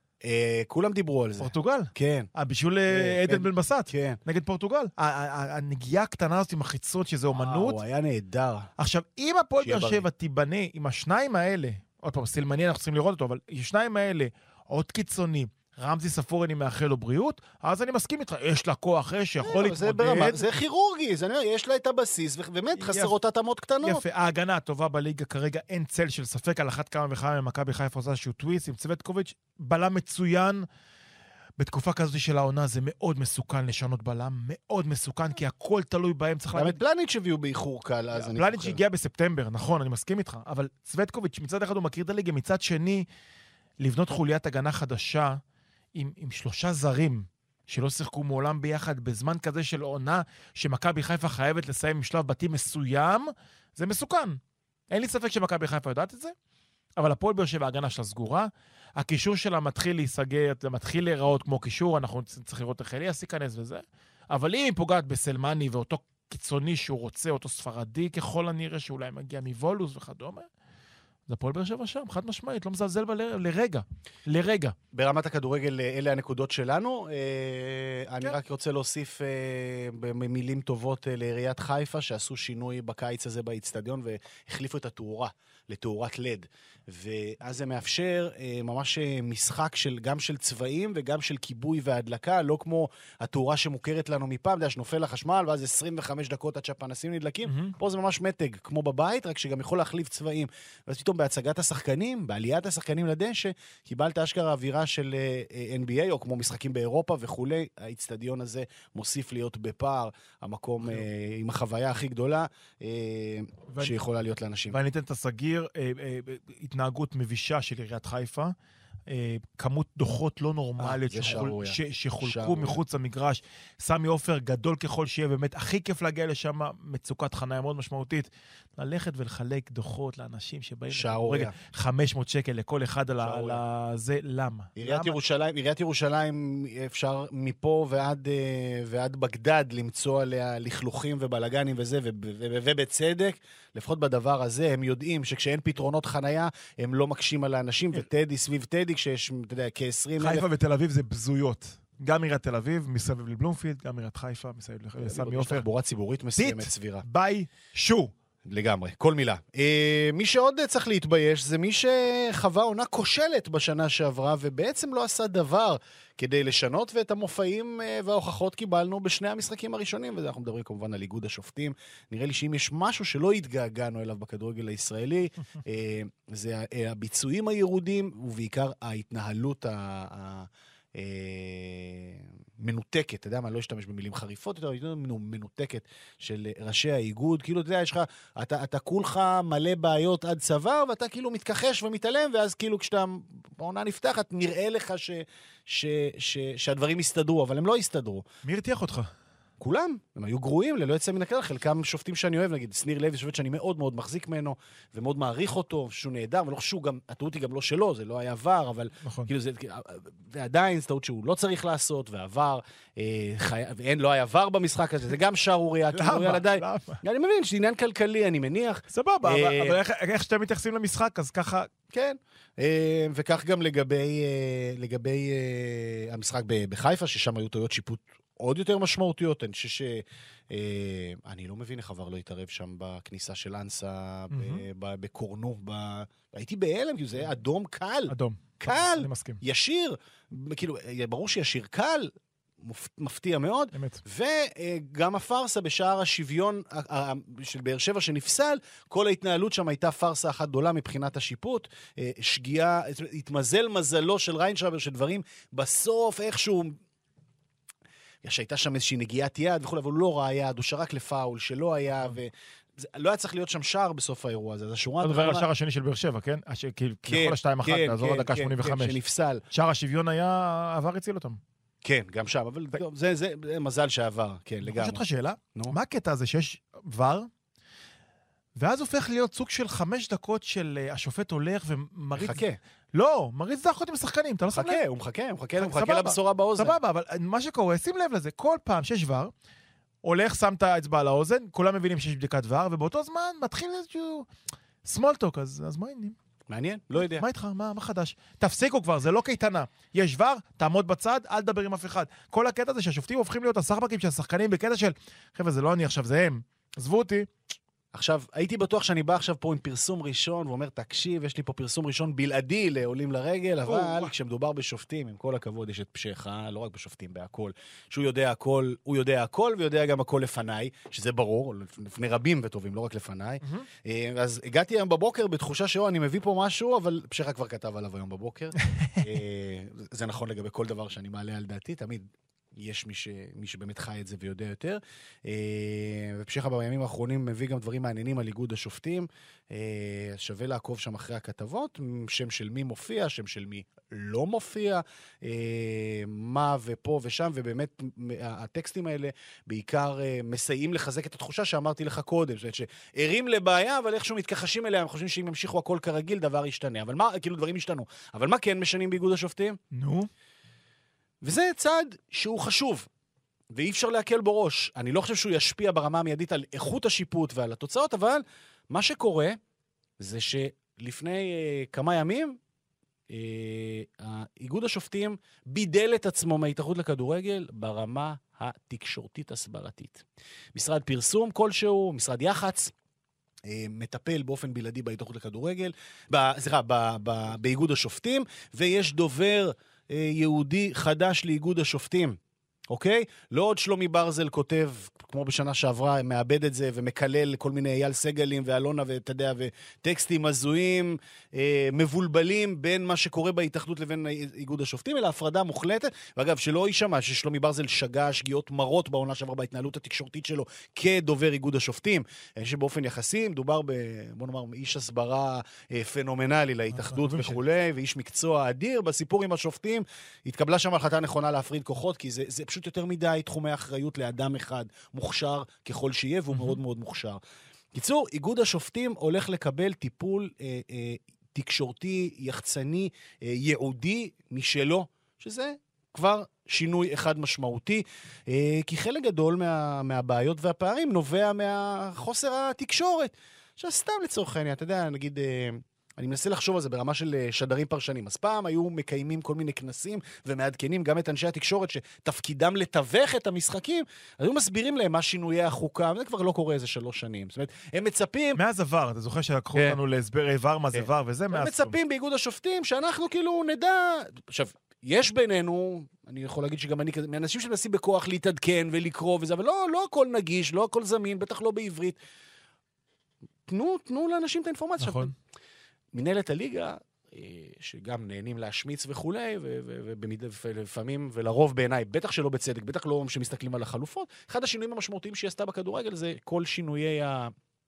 כולם דיברו על זה. פורטוגל? כן. בישול עדן בן בסט? כן. נגד פורטוגל? הנגיעה הקטנה הזאת עם החיצות, שזה אומנות. הוא היה נהדר. עכשיו, אם הפועל באר שבע תיבנה עם השניים האלה, עוד פעם, סילמני אנחנו צריכים לראות אותו, אבל השניים האלה, עוד קיצוני, רמזי ספורי אני מאחל לו בריאות, אז אני מסכים איתך, יש לה כוח רש שיכול להתמודד. זה כירורגי, יש לה את הבסיס, ובאמת חסרות התאמות קטנות. יפה, ההגנה הטובה בליגה כרגע אין צל של ספק, על אחת כמה וכמה ממכבי חיפה עושה איזשהו טוויסט עם צוותקוביץ', בלם מצוין. בתקופה כזאת של העונה זה מאוד מסוכן לשנות בלם, מאוד מסוכן, כי הכל תלוי בהם. גם את פלניץ' הביאו באיחור קל, אז אני זוכר. פלניץ' הגיע בספטמבר, נכון, אני מסכים איתך, אבל צוותקוביץ' מצד אחד הוא מכיר את הליגה, מצד שני, לבנות חוליית הגנה חדשה, עם, עם שלושה זרים שלא שיחקו מעולם ביחד בזמן כזה של עונה שמכבי חיפה חייבת לסיים עם שלב בתים מסוים, זה מסוכן. אין לי ספק שמכבי חיפה יודעת את זה, אבל הפועל באר שבע ההגנה שלה סגורה, הקישור שלה מתחיל להיסגר, מתחיל להיראות כמו קישור, אנחנו צריכים לראות איך אליאס ייכנס וזה, אבל אם היא פוגעת בסלמני ואותו קיצוני שהוא רוצה, אותו ספרדי ככל הנראה שאולי מגיע מבולוס וכדומה, זה הפועל באר שבע שם, חד משמעית, לא מזלזל בה לרגע, לרגע. ברמת הכדורגל, אלה הנקודות שלנו. אני רק רוצה להוסיף במילים טובות לעיריית חיפה, שעשו שינוי בקיץ הזה באצטדיון, והחליפו את התאורה לתאורת לד. ואז זה מאפשר ממש משחק של, גם של צבעים וגם של כיבוי והדלקה, לא כמו התאורה שמוכרת לנו מפעם, זה שנופל לחשמל, ואז עשרים וחמש דקות עד שהפנסים נדלקים. Mm-hmm. פה זה ממש מתג, כמו בבית, רק שגם יכול להחליף צבעים. ואז פתאום בהצגת השחקנים, בעליית השחקנים לדשא, קיבלת אשכרה אווירה של אן בי איי, או כמו משחקים באירופה וכולי. האצטדיון הזה מוסיף להיות בפער, המקום אה, עם החוויה הכי גדולה, אה, ואני, שיכולה להיות לאנשים. ואני אתן את הסגיר, אה, אה, התנהגות מבישה של עיריית חיפה. כמות דוחות לא נורמלית שחולקו מחוץ למגרש. סמי עופר גדול ככל שיהיה, באמת הכי כיף להגיע לשם, מצוקת חניה מאוד משמעותית. ללכת ולחלק דוחות לאנשים שבאים... שערוריה. חמש מאות שקל לכל אחד על זה, למה? עיריית ירושלים, עיריית ירושלים אפשר מפה ועד, ועד בגדד למצוא עליה לכלוכים ובלגנים וזה, ובצדק, לפחות בדבר הזה, הם יודעים שכשאין פתרונות חנייה, הם לא מקשים על האנשים, וטדי סביב טדי, כשיש, אתה יודע, כ-עשרים אלף... חיפה ותל אביב זה בזויות. גם עיריית תל אביב, מסביב לבלומפילד, גם עיריית חיפה, מסביב לסמי עופר. תחבורה ציבורית מסוימת סבירה. ביי, שו. לגמרי, כל מילה. אה, מי שעוד צריך להתבייש זה מי שחווה עונה כושלת בשנה שעברה, ובעצם לא עשה דבר כדי לשנות, ואת המופעים וההוכחות קיבלנו בשני המשחקים הראשונים, ואנחנו מדברים כמובן על איגוד השופטים. נראה לי שאם יש משהו שלא התגעגענו אליו בכדורגל הישראלי, אה, זה הביצועים הירודים, ובעיקר ההתנהלות ה... מנותקת, אתה יודע מה, לא אשתמש במילים חריפות יותר, מנותקת של ראשי האיגוד, כאילו, אתה יודע, יש לך, אתה, אתה כולך מלא בעיות עד צוואר, ואתה כאילו מתכחש ומתעלם, ואז כאילו כשאתה, העונה נפתחת, נראה לך ש, ש, ש, שהדברים יסתדרו, אבל הם לא יסתדרו. מי הרתיח אותך? כולם, הם היו גרועים, ללא יצא מן הכלל, חלקם שופטים שאני אוהב, נגיד, שניר לוי, שופט שאני מאוד מאוד מחזיק ממנו, ומאוד מעריך אותו, שהוא נהדר, ולא חשוב, גם, הטעות היא גם לא שלו, זה לא היה עבר, אבל, נכון. כאילו זה, ועדיין, זה טעות שהוא לא צריך לעשות, ועבר, אה, חי... ואין, לא היה עבר במשחק הזה, זה גם שערוריה, למה? למה? אני מבין, שזה עניין כלכלי, אני מניח. סבבה, אה... אבל, אבל איך, איך שאתם מתייחסים למשחק, אז ככה... כן, אה, וכך גם לגבי, אה, לגבי אה, המשחק בחיפה, ששם היו טעויות שיפוט עוד יותר משמעותיות. אני חושב ש... אה, אני לא מבין איך עבר לא התערב שם בכניסה של אנסה, mm-hmm. בקורנו, ב... הייתי בהלם, כי זה אדום קל. אדום. קל, אני מסכים. ישיר. כאילו, ברור שישיר קל, מפתיע מאוד. אמת. וגם הפרסה בשער השוויון של באר שבע שנפסל, כל ההתנהלות שם הייתה פרסה אחת גדולה מבחינת השיפוט, שגיאה, התמזל מזלו של ריינשרבר, של דברים, בסוף איכשהו... שהייתה שם איזושהי נגיעת יד וכו', אבל הוא לא ראה יד, הוא שרק לפאול, שלא היה, ולא היה צריך להיות שם שער בסוף האירוע הזה. אז השורה... אתה דבר על השער השני של באר שבע, כן? ככל השתיים אחת, לעזור לדקה שמונים וחמש. שנפסל. שער השוויון היה, עבר הציל אותם. כן, גם שם, אבל זה, זה, זה מזל שעבר, כן, לגמרי. אני חושבת לך שאלה, מה הקטע הזה שיש ור, ואז הופך להיות סוג של חמש דקות של השופט הולך ומריץ... מחכה. לא, מריץ דקות עם השחקנים, אתה לא שם לב? הוא מחכה, הוא מחכה, הוא מחכה לבשורה באוזן. סבבה, אבל מה שקורה, שים לב לזה, כל פעם שיש ור, הולך, שם את האצבע על האוזן, כולם מבינים שיש בדיקת ור, ובאותו זמן מתחיל איזשהו סמולטוק, אז, אז מה העניינים? מעניין, לא יודע. מה איתך? מה, מה חדש? תפסיקו כבר, זה לא קייטנה. יש ור, תעמוד בצד, אל תדבר עם אף אחד. כל הקטע זה שהשופטים הופכים להיות הסחבקים של השחקנים בקטע של, חבר'ה, זה לא אני עכשיו, זה הם. עזבו אותי. עכשיו, הייתי בטוח שאני בא עכשיו פה עם פרסום ראשון, ואומר, תקשיב, יש לי פה פרסום ראשון בלעדי לעולים לרגל, אבל כשמדובר בשופטים, עם כל הכבוד, יש את פשחה, לא רק בשופטים, בהכל, שהוא יודע הכל, הוא יודע הכל, ויודע גם הכל לפניי, שזה ברור, לפני רבים וטובים, לא רק לפניי. אז הגעתי היום בבוקר בתחושה שאו, אני מביא פה משהו, אבל פשחה כבר כתב עליו היום בבוקר. זה נכון לגבי כל דבר שאני מעלה על דעתי, תמיד יש מי, ש... מי שבאמת חי את זה ויודע יותר. ופשחה בימים האחרונים מביא גם דברים מעניינים על איגוד השופטים. שווה לעקוב שם אחרי הכתבות, שם של מי מופיע, שם של מי לא מופיע, מה ופה ושם, ובאמת הטקסטים האלה בעיקר מסייעים לחזק את התחושה שאמרתי לך קודם, זאת אומרת שערים לבעיה, אבל איכשהו מתכחשים אליה, הם חושבים שאם ימשיכו הכל כרגיל, דבר ישתנה. אבל מה, כאילו דברים ישתנו. אבל מה כן משנים באיגוד השופטים? נו. וזה צעד שהוא חשוב, ואי אפשר להקל בו ראש. אני לא חושב שהוא ישפיע ברמה המיידית על איכות השיפוט ועל התוצאות, אבל מה שקורה זה שלפני uh, כמה ימים, uh, איגוד השופטים בידל את עצמו מההתאחדות לכדורגל ברמה התקשורתית הסברתית. משרד פרסום כלשהו, משרד יח"צ, uh, מטפל באופן בלעדי בהתאחדות לכדורגל, סליחה, באיגוד השופטים, ויש דובר יהודי חדש לאיגוד השופטים, אוקיי? לא עוד שלומי ברזל כותב, כמו בשנה שעברה, מאבד את זה ומקלל כל מיני אייל סגלים ואלונה ואתה יודע, וטקסטים הזויים, אה, מבולבלים בין מה שקורה בהתאחדות לבין איגוד השופטים, אלא הפרדה מוחלטת. ואגב, שלא יישמע ששלומי ברזל שגה שגיאות מרות בעונה שעברה בהתנהלות התקשורתית שלו כדובר איגוד השופטים, שבאופן יחסי מדובר ב, בוא נאמר, איש הסברה אה, פנומנלי להתאחדות וכולי, ואיש מקצוע אדיר. בסיפור עם השופטים, התקבלה שם החלטה נכונה להפריד כוחות, כי זה, זה פשוט יותר מדי תחומי אחריות לאדם אחד, מוכשר ככל שיהיה, והוא מאוד מאוד מוכשר. קיצור, איגוד השופטים הולך לקבל טיפול אה, אה, תקשורתי, יחצני, אה, ייעודי משלו, שזה כבר שינוי אחד משמעותי, אה, כי חלק גדול מה, מהבעיות והפערים נובע מהחוסר התקשורת. שסתם לצורך העניין, אתה יודע, נגיד... אה, אני מנסה לחשוב על זה ברמה של שדרים פרשנים. אז פעם היו מקיימים כל מיני כנסים ומעדכנים גם את אנשי התקשורת שתפקידם לתווך את המשחקים, אז היו מסבירים להם מה שינויי החוקה, וזה כבר לא קורה איזה שלוש שנים. זאת אומרת, הם מצפים... מאז עבר, אתה זוכר שלקחו אותנו להסבר עבר מה זה עבר, וזה מאז... הם מצפים באיגוד השופטים שאנחנו כאילו נדע... עכשיו, יש בינינו, אני יכול להגיד שגם אני כזה, מאנשים שמנסים בכוח להתעדכן ולקרוא וזה, אבל לא, לא הכל נגיש, לא הכל זמין, בטח לא בעברית. תנו, תנו לאנשים את האינפורמציה. נכון. מנהלת הליגה, שגם נהנים להשמיץ וכולי, ולפעמים ולרוב בעיניי, בטח שלא בצדק, בטח לא שמסתכלים על החלופות, אחד השינויים המשמעותיים שהיא עשתה בכדורגל זה כל שינויי ה...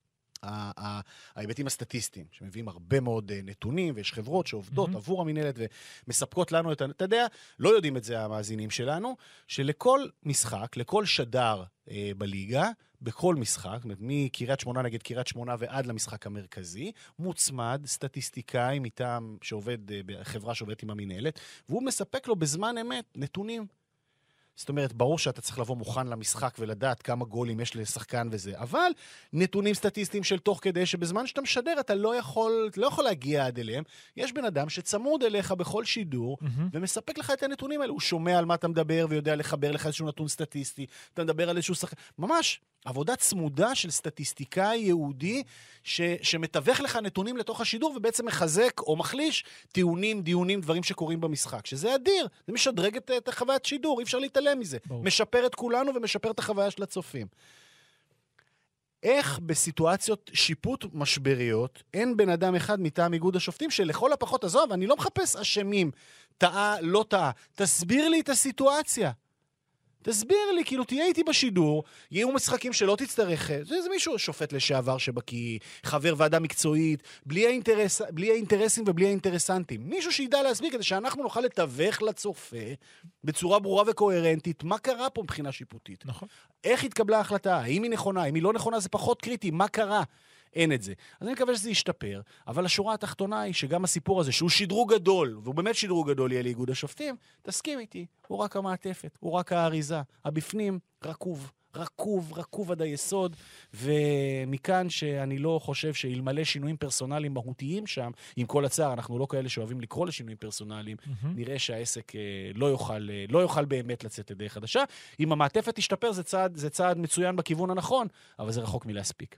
ההיבטים הסטטיסטיים, שמביאים הרבה מאוד נתונים, ויש חברות שעובדות mm-hmm. עבור המנהלת ומספקות לנו את... אתה יודע, לא יודעים את זה המאזינים שלנו, שלכל משחק, לכל שדר אה, בליגה, בכל משחק, מקריית שמונה נגד קריית שמונה ועד למשחק המרכזי, מוצמד סטטיסטיקאי מטעם שעובד בחברה שעובדת עם המנהלת, והוא מספק לו בזמן אמת נתונים. זאת אומרת, ברור שאתה צריך לבוא מוכן למשחק ולדעת כמה גולים יש לשחקן וזה, אבל נתונים סטטיסטיים של תוך כדי שבזמן שאתה משדר אתה לא יכול, לא יכול להגיע עד אליהם. יש בן אדם שצמוד אליך בכל שידור mm-hmm. ומספק לך את הנתונים האלה. הוא שומע על מה אתה מדבר ויודע לחבר לך איזשהו נתון סטטיסטי. אתה מדבר על איזשהו שחקן. ממש, עבודה צמודה של סטטיסטיקאי יהודי ש, שמתווך לך נתונים לתוך השידור ובעצם מחזק או מחליש טיעונים, דיונים, דברים שקורים במשחק. שזה אדיר. זה משדרג את, את החוויית שידור. אי אפשר להתעלם מזה. ברור. משפר את כולנו ומשפר את החוויה של הצופים. איך בסיטואציות שיפוט משבריות אין בן אדם אחד מטעם איגוד השופטים שלכל הפחות עזוב, אני לא מחפש אשמים, טעה, לא טעה. תסביר לי את הסיטואציה. תסביר לי, כאילו תהיה איתי בשידור, יהיו משחקים שלא תצטרך, זה, זה מישהו שופט לשעבר שבקי, חבר ועדה מקצועית, בלי, האינטרס, בלי האינטרסים ובלי האינטרסנטים. מישהו שידע להסביר כדי שאנחנו נוכל לתווך לצופה בצורה ברורה וקוהרנטית, מה קרה פה מבחינה שיפוטית. נכון. איך התקבלה ההחלטה, האם היא נכונה, האם היא לא נכונה, זה פחות קריטי, מה קרה? אין את זה. אז אני מקווה שזה ישתפר, אבל השורה התחתונה היא שגם הסיפור הזה, שהוא שדרוג גדול, והוא באמת שדרוג גדול יהיה לאיגוד השופטים, תסכים איתי, הוא רק המעטפת, הוא רק האריזה, הבפנים רקוב, רקוב, רקוב עד היסוד, ומכאן שאני לא חושב שאלמלא שינויים פרסונליים מהותיים שם, עם כל הצער, אנחנו לא כאלה שאוהבים לקרוא לשינויים פרסונליים, mm-hmm. נראה שהעסק לא יוכל, לא יוכל באמת לצאת לדרך חדשה. אם המעטפת תשתפר, זה צעד, זה צעד מצוין בכיוון הנכון, אבל זה רחוק מלהספיק.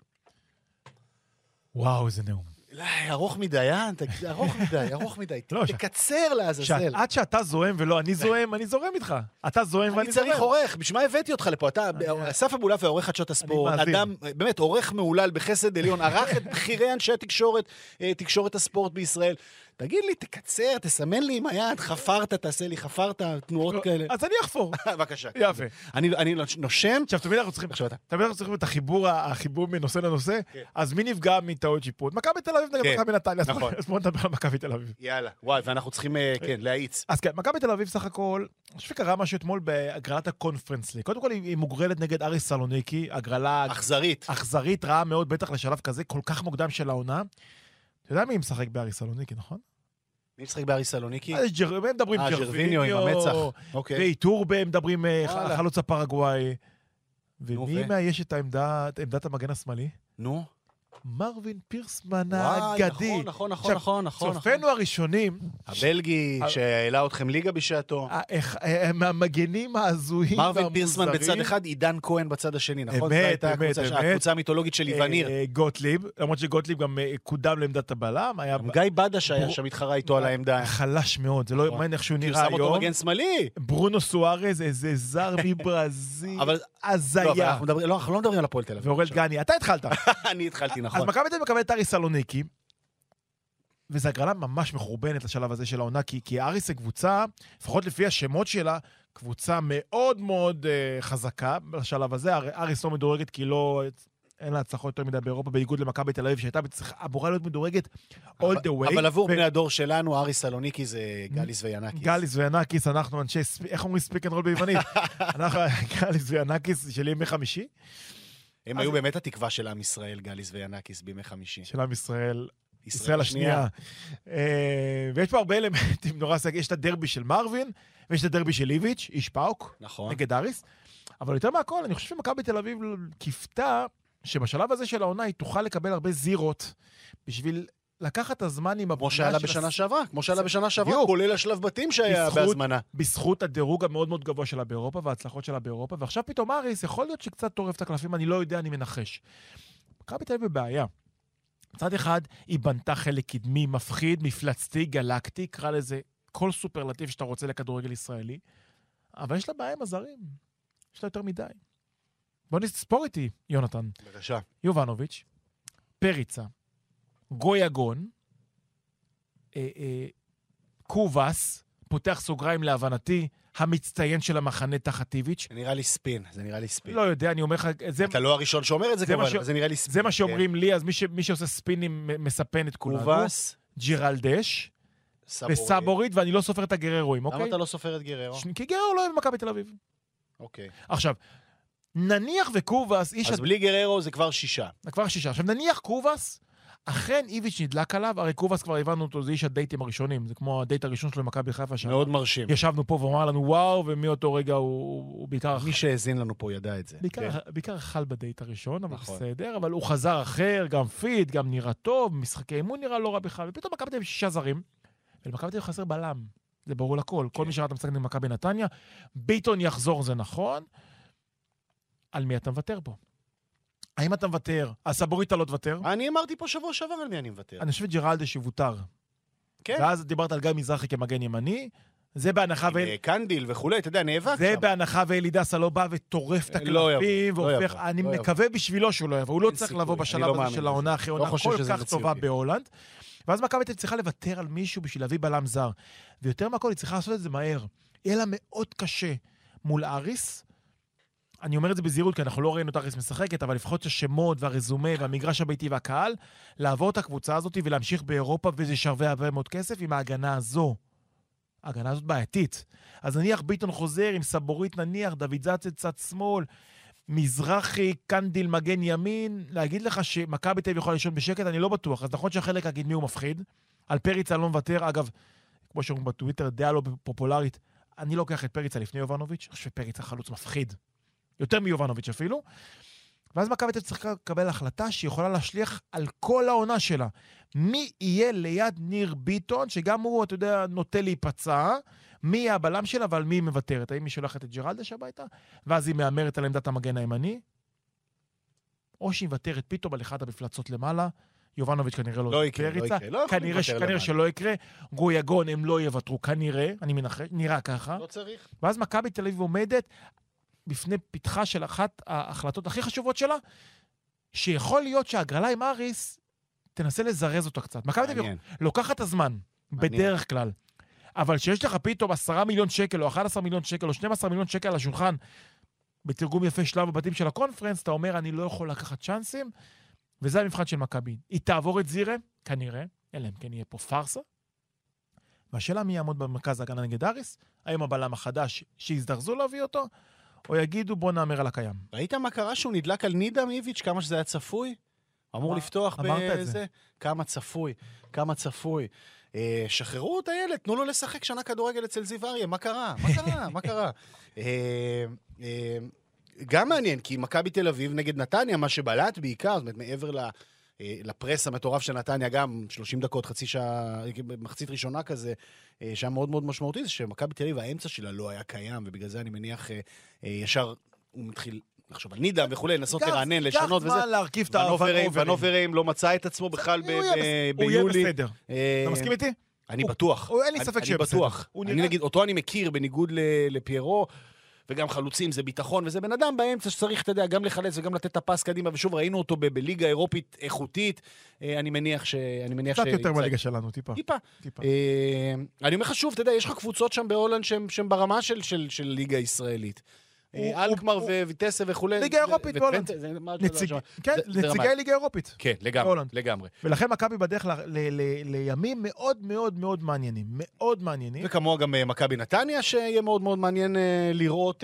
וואו, איזה נאום. לא, ארוך מדי, אה? ארוך מדי, ארוך מדי. תקצר לעזאזל. עד שאתה זוהם ולא אני זוהם, אני זורם איתך. אתה זוהם ואני זורם. אני צריך עורך, בשביל מה הבאתי אותך לפה? אתה, אסף אבולעפיה ועורך חדשות הספורט, אדם, באמת, עורך מעולל בחסד עליון, ערך את בחירי אנשי התקשורת, תקשורת הספורט בישראל. תגיד לי, תקצר, תסמן לי עם היד, חפרת, תעשה לי, חפרת, תנועות כאלה. אז אני אחפור. בבקשה. יפה. אני נושם. עכשיו, תמיד אנחנו צריכים, תמיד אנחנו צריכים את החיבור, החיבור מנושא לנושא, אז מי נפגע מטעות שיפוט? מכבי תל אביב נגד מכבי נתניה. נכון. אז בואו נדבר על מכבי תל אביב. יאללה, וואי, ואנחנו צריכים, כן, להאיץ. אז כן, מכבי תל אביב סך הכל, אני חושב שקרה משהו אתמול בהגרלת הקונפרנס ליג. קודם כל היא מוגרלת נגד אריס סלוניקי, הגרלה אכזרית. אכזרית, רעה מאוד, בטח לשלב כזה, כל כך מוקדם של העונה. אתה יודע מי משחק באריס סלוניקי, נכון? מי משחק באריס סלוניקי? הם מדברים ג'רוויניו עם המצח. ואיטורבה הם מדברים חלוץ הפרגוואי. ומי מאייש את עמדת המגן השמאלי? נו? מרווין פירסמן האגדי. נכון, נכון, נכון, נכון, נכון. צופנו הראשונים... הבלגי שהעלה אתכם ליגה בשעתו. מהמגנים ההזויים והמוזרים. מרווין פירסמן בצד אחד, עידן כהן בצד השני, נכון? אמת, זו אמת, הייתה הקבוצה המיתולוגית של איווניר. גוטליב, למרות שגוטליב גם קודם לעמדת הבלם. גיא בדש היה שם התחרה איתו על העמדה. חלש מאוד, זה לא יאמן איך שהוא נראה היום. שם אותו מגן שמאלי. ברונו סוארז, איזה זר מברזיל. הזיה. אנחנו לא מדברים על הפועל תל אביב. ואורל גני, אתה התחלת. אני התחלתי, נכון. אז מכבי תל אביב מקבלת אריס סלוניקי, וזו הגרלה ממש מחורבנת לשלב הזה של העונה, כי, כי אריס זה קבוצה, לפחות לפי השמות שלה, קבוצה מאוד מאוד uh, חזקה בשלב הזה. אריס לא מדורגת כי לא, אין לה הצלחות יותר מדי באירופה, בניגוד למכבי תל אביב, שהייתה אמורה להיות מדורגת all the way. אבל עבור בני הדור שלנו, אריס סלוניקי זה גליס וינקיס. גליס וינקיס, אנחנו אנשי, איך אומרים ספיק אנד רול ביוונית? אנחנו גליס וינקיס של ימי חמישי. הם היו באמת התקווה של עם ישראל, גליס וינקיס בימי חמישי. של עם ישראל, ישראל השנייה. ויש פה הרבה אלמנטים, נורא סגי, יש את הדרבי של מרווין, ויש את הדרבי של איביץ', איש פאוק, נגד אריס. אבל יותר מהכל, אני חושב שמכבי תל אביב כיפתה, שבשלב הזה של העונה היא תוכל לקבל הרבה זירות, בשביל לקחת את הזמן עם... כמו שעלה בשנה שעברה, כמו שעלה בשנה שעברה, כולל השלב בתים שהיה בהזמנה. בזכות הדירוג המאוד מאוד גבוה שלה באירופה, וההצלחות שלה באירופה, ועכשיו פתאום אריס, יכול להיות שקצת טורף את הקלפים, אני לא יודע, אני מנחש. מכבי תל אביב בבעיה. מצד אחד, היא בנתה חלק קדמי, מפחיד, מפלצתי, גלקטי, קרא לזה כל סופרלטיב שאתה רוצה לכדורגל ישראלי, אבל יש לה בעיה עם הזרים. יש לה יותר מדי. בוא נספור איתי, יונתן. בבקשה. יובנוביץ', פריצה, גויגון, אה, אה, קובס, פותח סוגריים להבנתי, המצטיין של המחנה תחת איביץ'. זה נראה לי ספין, זה נראה לי ספין. לא יודע, אני אומר לך... זה... אתה לא הראשון שאומר את זה, כמובן, אבל זה נראה לי ספין. זה מה שאומרים לי, אז מי, ש... מי שעושה ספינים מספן את כולנו. קובס. ג'ירלדש. וסבורית, ואני לא סופר את הגררואים, אוקיי? למה אתה לא סופר את גררו? כי גררו לא אוהב במכבי תל אביב. אוקיי. עכשיו, נניח וקובס... אז בלי גררו זה כבר שישה. זה כבר שישה. עכשיו, נניח קובס, אכן איביץ' נדלק עליו, הרי קובס כבר הבנו אותו, זה איש הדייטים הראשונים, זה כמו הדייט הראשון שלו במכבי חיפה. מאוד מרשים. ישבנו פה ואומר לנו וואו, ומאותו רגע הוא, הוא בעיקר... מי שהזין לנו פה ידע את זה. בעיקר, כן. בעיקר אכל בדייט הראשון, אבל נכון. בסדר, אבל הוא חזר אחר, גם פיט, גם נראה טוב, משחקי אימון נראה לא רע בכלל, ופתאום מכבי תל אביב שישה זרים, ולמכבי תל אביב חסר בלם, זה ברור לכל, כן. כל מי שראה את המשחק עם מכבי נתניה, ביטון יחזור, זה נכון, על מי אתה מוותר פה? האם אתה מוותר? הסבורית אתה לא תוותר? אני אמרתי פה שבוע שעבר על מי אני מוותר. אני חושב ג'רלדש יבוטר. כן. ואז דיברת על גיא מזרחי כמגן ימני, זה בהנחה ו... קנדיל וכולי, אתה יודע, נאבק שם. זה בהנחה ואלידסה לא בא וטורף את הקלפים, והופך... אני מקווה בשבילו שהוא לא יבוא, הוא לא צריך לבוא בשלב הזה של העונה אחרי עונה כל כך טובה בהולנד. ואז מכבי תל אביב צריכה לוותר על מישהו בשביל להביא בלם זר. ויותר מהכל, היא צריכה לעשות את זה מהר. יהיה לה מאוד קשה מול אריס. אני אומר את זה בזהירות, כי אנחנו לא ראינו את אריס משחקת, אבל לפחות השמות והרזומה והמגרש הביתי והקהל, לעבור את הקבוצה הזאת ולהמשיך באירופה, וזה שווה הרבה מאוד כסף עם ההגנה הזו. ההגנה הזאת בעייתית. אז נניח ביטון חוזר עם סבורית, נניח דוד זצת צד שמאל, מזרחי, קנדיל, מגן ימין, להגיד לך שמכבי תל אביב יכול לישון בשקט, אני לא בטוח. אז נכון שהחלק הקדמי הוא מפחיד. על פריצה לא מוותר, אגב, כמו שאומרים בטוויטר, דעה לא פופולרית, אני לוקח את פריצה לפני יובנוביץ', אני חושב שפריצה חלוץ מפחיד. יותר מיובנוביץ' אפילו. ואז מכבי תל אביב צריכה לקבל החלטה שיכולה להשליך על כל העונה שלה. מי יהיה ליד ניר ביטון, שגם הוא, אתה יודע, נוטה להיפצע, מי יהיה הבלם שלה ועל מי היא מוותרת? האם היא שולחת את ג'רלדש הביתה, ואז היא מאמרת על עמדת המגן הימני, או שהיא מוותרת פתאום על אחד המפלצות למעלה, יובנוביץ' כנראה לא, לא יקרה, לא יקרה. לא כנראה, ש... כנראה שלא יקרה, גויגון הם לא יוותרו, כנראה, אני מנחש, נראה ככה. לא צריך. ואז מכבי תל אביב עומדת בפני פתחה של אחת ההחלטות הכי חשובות שלה, שיכול להיות שההגרלה עם אריס תנסה לזרז אותו קצת. מכבי תל אביב לוקחת את הזמן, בדרך כלל. אבל שיש לך פתאום עשרה מיליון שקל, או אחד עשר מיליון שקל, או שנים עשר מיליון שקל על השולחן, בתרגום יפה שלב בבתים של הקונפרנס, אתה אומר, אני לא יכול לקחת צ'אנסים, וזה המבחן של מכבי. היא תעבור את זירה, כנראה, אלא אם כן יהיה פה פרסה, והשאלה מי יעמוד במרכז ההגנה נגד אריס, האם הבלם החדש שיזדרזו להביא אותו, או יגידו בוא נאמר על הקיים. ראית מה קרה שהוא נדלק על נידם איביץ', כמה שזה היה צפוי? אמור לפתוח בזה. כמה צפוי, כמה צפוי. שחררו את הילד, תנו לו לשחק שנה כדורגל אצל זיו אריה, מה קרה? מה קרה? מה קרה? גם מעניין, כי מכבי תל אביב נגד נתניה, מה שבלט בעיקר, זאת אומרת, מעבר לפרס המטורף של נתניה, גם שלושים דקות, חצי שעה, מחצית ראשונה כזה, שהיה מאוד מאוד משמעותי, זה שמכבי תל אביב, האמצע שלה לא היה קיים, ובגלל זה אני מניח ישר הוא מתחיל לחשוב על נידה וכו', לנסות לרענן, לשנות וזה. גם זמן להרכיב את האנוברים. ונוברים לא מצא את עצמו בכלל ביולי. הוא יהיה בסדר. אתה מסכים איתי? אני בטוח. אין לי ספק שיהיה בסדר. אני נגיד, אותו אני מכיר בניגוד לפיירו, וגם חלוצים, זה ביטחון, וזה בן אדם באמצע שצריך, אתה יודע, גם לחלץ וגם לתת את הפס קדימה, ושוב ראינו אותו בליגה אירופית איכותית, אני מניח ש... קצת יותר בליגה שלנו, טיפה. טיפה. אני אומר לך שוב, אתה יודע, יש לך קבוצות שם בהולנד שהן ברמה של ליגה ישראלית. אלקמר וויטסה וכו'. ליגה אירופית בהולנד. נציגי ליגה אירופית. כן, לגמרי. ולכן מכבי בדרך לימים מאוד מאוד מאוד מעניינים. מאוד מעניינים. וכמוה גם מכבי נתניה, שיהיה מאוד מאוד מעניין לראות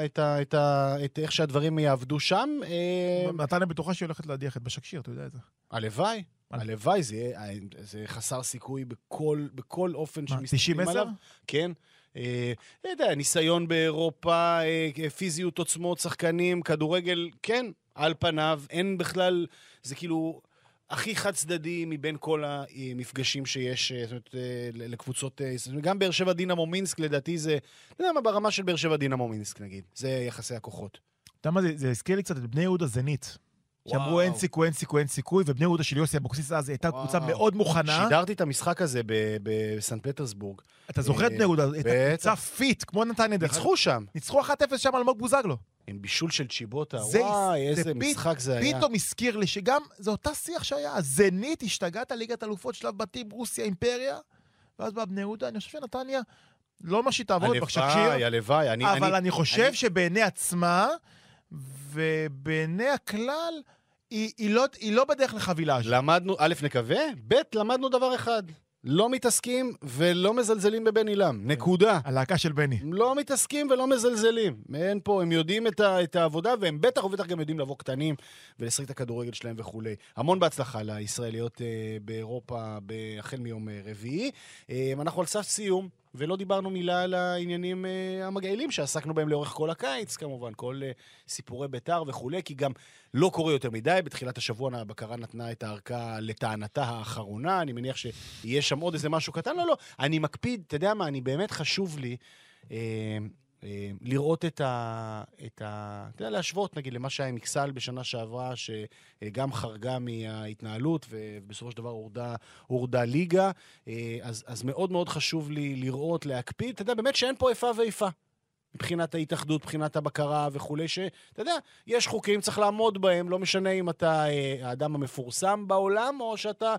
את איך שהדברים יעבדו שם. נתניה בטוחה שהיא הולכת להדיח את בשקשיר, אתה יודע את זה. הלוואי. הלוואי, זה חסר סיכוי בכל אופן תשעים עשר? כן. לא יודע, ניסיון באירופה, פיזיות, עוצמות, שחקנים, כדורגל, כן, על פניו, אין בכלל, זה כאילו הכי חד צדדי מבין כל המפגשים שיש, זאת אומרת, לקבוצות, גם באר שבע דינמו מינסק, לדעתי זה, לא יודע מה, ברמה של באר שבע דינמו מינסק, נגיד, זה יחסי הכוחות. אתה יודע מה, זה הזכיר לי קצת את בני יהודה זנית. שאמרו אין סיכוי, אין סיכוי, אין סיכוי, ובני יהודה של יוסי אבוקסיס אז הייתה קבוצה מאוד מוכנה. שידרתי את המשחק הזה בסנט פטרסבורג. אתה זוכר את בני יהודה, הייתה קבוצה פיט, כמו נתניה. ניצחו שם. ניצחו אחת אפס שם על אלמוג בוזגלו. עם בישול של צ'יבוטה, וואי, איזה משחק זה היה. פתאום הזכיר לי שגם, זה אותה שיח שהיה, זנית השתגעת ליגת אלופות שלב בתים, רוסיה, אימפריה, ואז בא בני יהודה, אני חושב שנתניה לא מה שהיא תעבוד בשקשיר, אבל אני חושב שבעיני עצמה ובעיני הכלל היא, היא, לא, היא לא בדרך לחבילה. למדנו, א' נקווה, ב' למדנו דבר אחד. לא מתעסקים ולא מזלזלים בבן אילם. נקודה. הלהקה של בני. לא מתעסקים ולא מזלזלים. אין פה, הם יודעים את, ה, את העבודה, והם בטח ובטח גם יודעים לבוא קטנים ולשחק את הכדורגל שלהם וכו'. המון בהצלחה לישראליות אה, באירופה החל מיום אה, רביעי. אה, אנחנו על סף סיום. ולא דיברנו מילה על העניינים uh, המגעילים שעסקנו בהם לאורך כל הקיץ, כמובן, כל uh, סיפורי ביתר וכו', כי גם לא קורה יותר מדי. בתחילת השבוע הבקרה נתנה את הערכה לטענתה האחרונה, אני מניח שיהיה שם עוד איזה משהו קטן, לא, לא, אני מקפיד, אתה יודע מה, אני באמת חשוב לי uh, uh, לראות את ה... את ה אתה יודע, להשוות, נגיד, למה שהיה עם איקסל בשנה שעברה, שגם חרגה מההתנהלות, ובסופו של דבר הורדה, הורדה ליגה, אז, אז מאוד מאוד חשוב לי לראות, להקפיד, אתה יודע, באמת שאין פה איפה ואיפה, מבחינת ההתאחדות, מבחינת הבקרה וכולי, שאתה יודע, יש חוקים, צריך לעמוד בהם, לא משנה אם אתה האדם המפורסם בעולם, או שאתה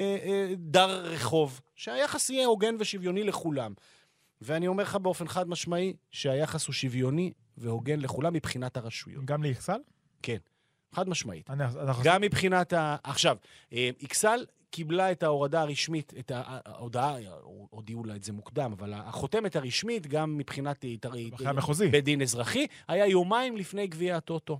דר רחוב, שהיחס יהיה הוגן ושוויוני לכולם. ואני אומר לך באופן חד משמעי, שהיחס הוא שוויוני והוגן לכולם מבחינת הרשויות. גם לאיקסל? כן, חד משמעית. אני, אנחנו... גם מבחינת ה... עכשיו, איקסל קיבלה את ההורדה הרשמית, את ההודעה, הודיעו לה את זה מוקדם, אבל החותמת הרשמית, גם מבחינת בית דין אזרחי, היה יומיים לפני גביע הטוטו.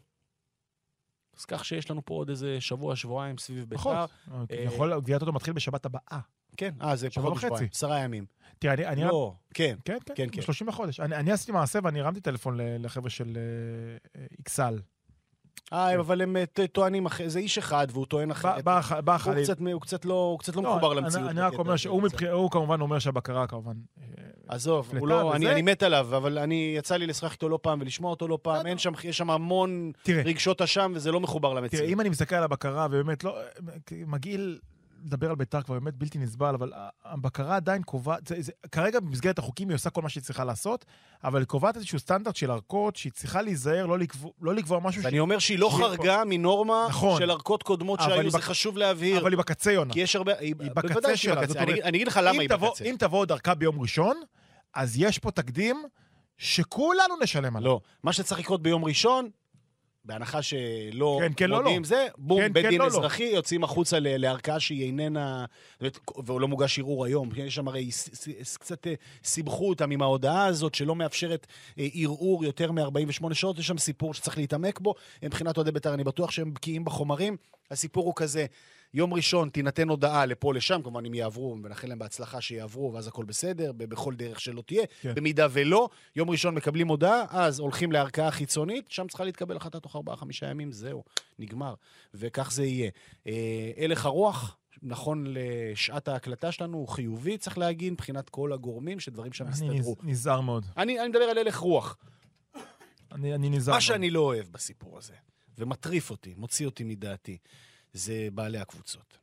אז כך שיש לנו פה עוד איזה שבוע, שבועיים סביב ביתר. יכול, גביע הטוטו מתחיל בשבת הבאה. כן, אה, זה פחות שבועיים, עשרה ימים. תראה, אני... אני לא, כן, כן, כן, כן. שלושים בחודש. אני, אני עשיתי מעשה ואני הרמתי טלפון לחבר'ה של איקסל. אה, אבל הם טוענים, זה איש אחד, והוא טוען אחרת. הוא קצת לא מחובר למציאות. אני רק אומר שהוא כמובן אומר שהבקרה כמובן... עזוב, אני מת עליו, אבל אני יצא לי לשחק איתו לא פעם ולשמוע אותו לא פעם. אין שם, יש שם המון רגשות אשם, וזה לא מחובר למציאות. תראה, אם אני מסתכל על הבקרה, ובאמת לא... מגעיל... לדבר על ביתר כבר באמת בלתי נסבל, אבל הבקרה עדיין קובעת, זה, זה, כרגע במסגרת החוקים היא עושה כל מה שהיא צריכה לעשות, אבל היא קובעת איזשהו סטנדרט של ערכות, שהיא צריכה להיזהר, לא לקבוע, לא לקבוע משהו... ואני אומר שהיא לא חרגה פה... מנורמה נכון, של ערכות קודמות שהיו, זה בק... חשוב להבהיר. אבל היא בקצה, יונה. כי יש הרבה... היא, היא בקצה שלה. בקצה. אני, אני אגיד לך למה היא תבוא, בקצה. אם תבוא דרכה ביום ראשון, אז יש פה תקדים שכולנו נשלם עליו. לא, מה שצריך לקרות ביום ראשון, בהנחה שלא כן, כן, מודיעים לא, זה, בום, כן, בית כן, דין לא, אזרחי, לא. יוצאים החוצה לערכאה שהיא איננה, והוא לא מוגש ערעור היום, יש שם הרי קצת סיבכו אותם עם ההודעה הזאת, שלא מאפשרת ערעור יותר מ-ארבעים ושמונה שעות, יש שם סיפור שצריך להתעמק בו, מבחינת אוהדי בית"ר, אני בטוח שהם בקיאים בחומרים, הסיפור הוא כזה, יום ראשון תינתן הודעה לפה לשם, כמובן אם יעברו, ונאחל להם בהצלחה שיעברו, ואז הכל בסדר, בכל דרך שלא תהיה. כן. במידה ולא, יום ראשון מקבלים הודעה, אז הולכים לערכאה חיצונית, שם צריכה להתקבל החלטה תוך ארבעה, חמישה ימים, זהו, נגמר. וכך זה יהיה. הלך הרוח, נכון לשעת ההקלטה שלנו, הוא חיובי, צריך להגיד, מבחינת כל הגורמים, שדברים שם הסתדרו. אני נזהר מאוד. אני, אני מדבר על הלך רוח. אני, אני נזהר מה מאוד. שאני לא אוהב בסיפור הזה, ומטריף אותי, מוציא אותי מדעתי, זה בעלי הקבוצות.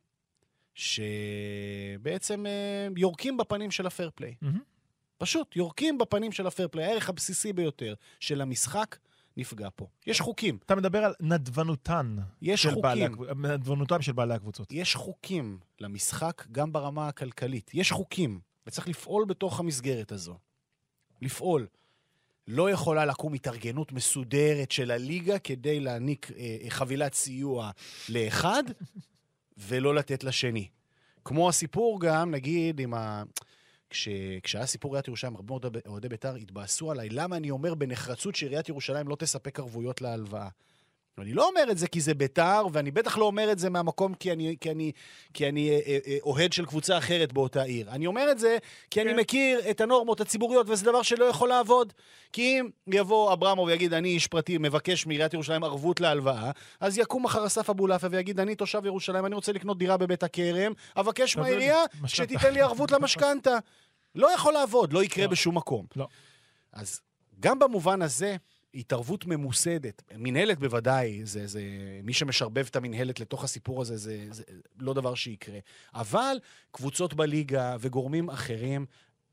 שבעצם יורקים בפנים של הפייר פליי. Mm-hmm. פשוט, יורקים בפנים של הפייר פליי. הערך הבסיסי ביותר של המשחק נפגע פה. יש חוקים. אתה מדבר על נדבנותן. יש של חוקים. בעלי, נדבנותם של בעלי הקבוצות. יש חוקים למשחק גם ברמה הכלכלית. יש חוקים, וצריך לפעול בתוך המסגרת הזו. לפעול. לא יכולה לקום התארגנות מסודרת של הליגה כדי להעניק אה, חבילת סיוע לאחד ולא לתת לשני. כמו הסיפור גם, נגיד, עם ה... כש... כשהיה סיפור עיריית ירושלים, הרבה מאוד אוהדי בית"ר התבאסו עליי, למה אני אומר בנחרצות שעיריית ירושלים לא תספק ערבויות להלוואה? אני לא אומר את זה כי זה בית"ר, ואני בטח לא אומר את זה מהמקום כי אני, כי אני, כי אני אה, אה, אוהד של קבוצה אחרת באותה עיר. אני אומר את זה כי אני מכיר את הנורמות הציבוריות, וזה דבר שלא יכול לעבוד. כי אם יבוא אברמוב ויגיד, אני איש פרטי, מבקש מעיריית ירושלים ערבות להלוואה, אז יקום אחר אסף אבולעפיה ויגיד, אני תושב ירושלים, אני רוצה לקנות דירה בבית הכרם, אבקש מהעירייה שתיתן לי ערבות למשכנתה. לא יכול לעבוד, לא יקרה בשום מקום. לא. אז גם במובן הזה, התערבות ממוסדת, מנהלת בוודאי, זה, זה, מי שמשרבב את המנהלת לתוך הסיפור הזה, זה, זה לא דבר שיקרה. אבל קבוצות בליגה וגורמים אחרים,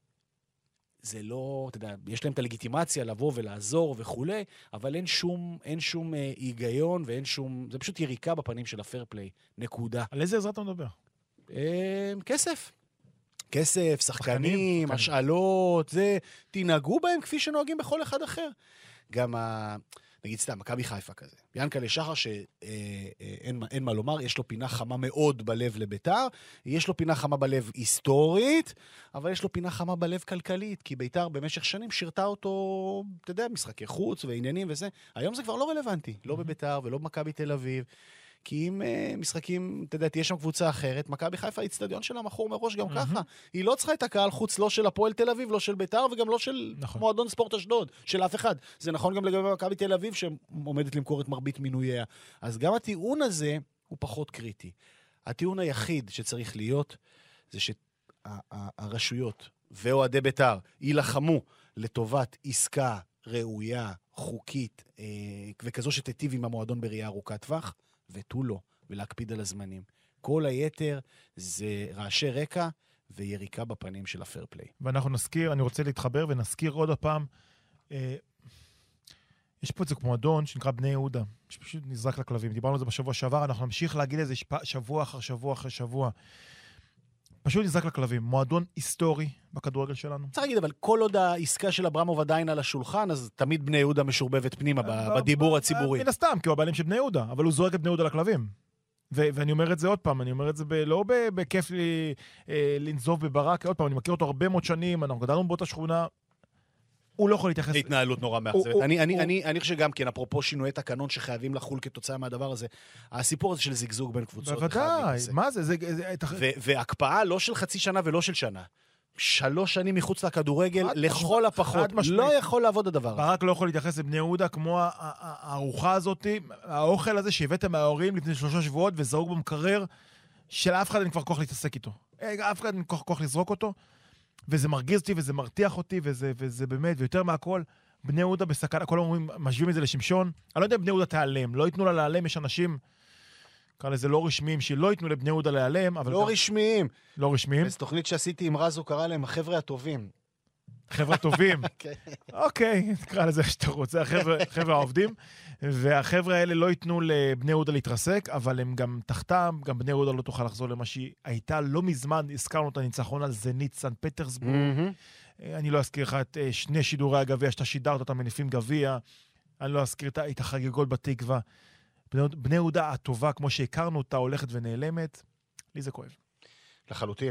זה לא, אתה יודע, יש להם את הלגיטימציה לבוא ולעזור וכולי, אבל אין שום, אין שום אה, היגיון ואין שום, זה פשוט יריקה בפנים של הפייר פליי, נקודה. על איזה עזרה אתה מדבר? אה, כסף. כסף, שחקנים, השאלות, זה, תנהגו בהם כפי שנוהגים בכל אחד אחר. גם, ה... נגיד סתם, מכבי חיפה כזה. ינקלה שחר שאין אין מה לומר, יש לו פינה חמה מאוד בלב לביתר, יש לו פינה חמה בלב היסטורית, אבל יש לו פינה חמה בלב כלכלית, כי ביתר במשך שנים שירתה אותו, אתה יודע, משחקי חוץ ועניינים וזה. היום זה כבר לא רלוונטי, לא בביתר ולא במכבי תל אביב. כי אם uh, משחקים, אתה יודע, תהיה שם קבוצה אחרת, מכבי חיפה האצטדיון שלה מכור מראש גם ככה. היא לא צריכה את הקהל חוץ, לא של הפועל תל אביב, לא של ביתר, וגם לא של נכון. מועדון ספורט אשדוד, של אף אחד. זה נכון גם לגבי מכבי תל אביב, שעומדת למכור את מרבית מינוייה. אז גם הטיעון הזה הוא פחות קריטי. הטיעון היחיד שצריך להיות, זה שהרשויות ואוהדי ביתר יילחמו לטובת עסקה ראויה, חוקית, אה, וכזו שתיטיב עם המועדון בראייה ארוכת טווח, ותו לא, ולהקפיד על הזמנים. כל היתר זה רעשי רקע ויריקה בפנים של הפייר פליי. ואנחנו נזכיר, אני רוצה להתחבר ונזכיר עוד הפעם, אה, יש פה את זה כמו מועדון שנקרא בני יהודה, שפשוט נזרק לכלבים. דיברנו על זה בשבוע שעבר, אנחנו נמשיך להגיד את זה שבוע אחר שבוע אחר שבוע. פשוט נזרק לכלבים. מועדון היסטורי בכדורגל שלנו. צריך להגיד, אבל כל עוד העסקה של אברמוב עדיין על השולחן, אז תמיד בני יהודה משורבבת פנימה בדיבור הציבורי. מן הסתם, כי הוא הבעלים של בני יהודה, אבל הוא זורק את בני יהודה לכלבים. ואני אומר את זה עוד פעם, אני אומר את זה לא בכיף לי לנזוף בברק, עוד פעם, אני מכיר אותו הרבה מאוד שנים, אנחנו גדלנו באותה שכונה, הוא לא יכול להתייחס... התנהלות נורא מאכזבת. אני חושב שגם כן, אפרופו שינויי תקנון שחייבים לחול כתוצאה מהדבר הזה, הסיפור הזה של זיגזוג בין קבוצות. בוודאי, מה זה? והקפאה לא של חצי שנה ולא של שנה. שלוש שנים מחוץ לכדורגל, לכל הפחות. לא יכול לעבוד הדבר הזה. ברק לא יכול להתייחס לבני יהודה כמו הארוחה הזאת, האוכל הזה שהבאתם מההורים לפני שלושה שבועות וזרוק במקרר, של אף אחד אין כבר כוח להתעסק איתו. אף אחד אין כוח לזרוק אותו. וזה מרגיז אותי, וזה מרתיח אותי, וזה, וזה באמת, ויותר מהכל, בני יהודה בסכנה, כל אומרים, משווים את זה לשמשון, אני לא יודע אם בני יהודה תיעלם, לא ייתנו לה להיעלם, יש אנשים, כאלה זה לא רשמיים, שלא ייתנו לבני יהודה להיעלם, אבל... לא גם... רשמיים. לא רשמיים. איזו תוכנית שעשיתי עם רזו, קרא להם החבר'ה הטובים. חבר'ה טובים. אוקיי, תקרא לזה שאתה רוצה, החבר'ה העובדים, והחבר'ה האלה לא ייתנו לבני יהודה להתרסק, אבל הם גם תחתם, גם בני יהודה לא תוכל לחזור למה שהיא הייתה לא מזמן, הזכרנו את הניצחון על זנית סן פטרסבורג, אני לא אזכיר לך את שני שידורי הגביע, שאתה שידרת אותם מניפים גביע, אני לא אזכיר את החגיגות בתקווה, בני יהודה הטובה, כמו שהכרנו אותה, הולכת ונעלמת, לי זה כואב. לחלוטין.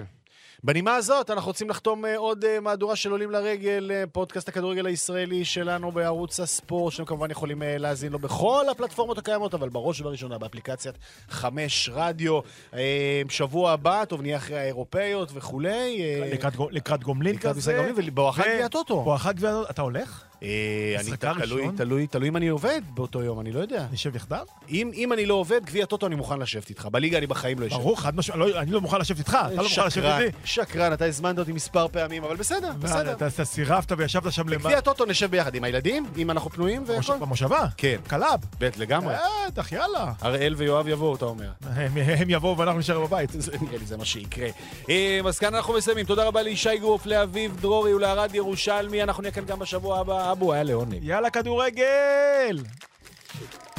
בנימה הזאת, אנחנו רוצים לחתום עוד מהדורה של עולים לרגל, פודקאסט הכדורגל הישראלי שלנו בערוץ הספורט, שאתם כמובן יכולים להזין לו בכל הפלטפורמות הקיימות, אבל בראש ובראשונה באפליקציית חמש רדיו. שבוע הבא, טוב, נהיה אחרי האירופאיות וכולי. לקראת גומלין כזה. ובואכה גביע הטוטו. בואכה גביע הטוטו. אתה הולך? תלוי אם אני עובד באותו יום, אני לא יודע. נשב יחדיו? אם אני לא עובד, גביע הטוטו אני מוכן לשבת איתך. בליגה אני בחיים לא אשב. ברור, אני לא מוכן לשבת איתך. אתה לא מוכן לשבת איתי. שקרן, אתה הזמנת אותי מספר פעמים, אבל בסדר, בסדר. אתה סירבת וישבת שם למעלה. בגביע הטוטו נשב ביחד עם הילדים, אם אנחנו פנויים והכל. במושבה? כן. קלאב? בית, לגמרי. בטח, יאללה. הראל ויואב יבואו, אתה אומר. הם יבואו ואנחנו נשאר בבית. נראה לי זה מה שיקרה. אז כאן אנחנו מסיימים. תודה רבה לישי גרוף, לאביב דרורי ולערד ירושלמי. אנחנו נהיה כאן גם בשבוע הבא. אבו, היה לעונג. יאללה כדורגל!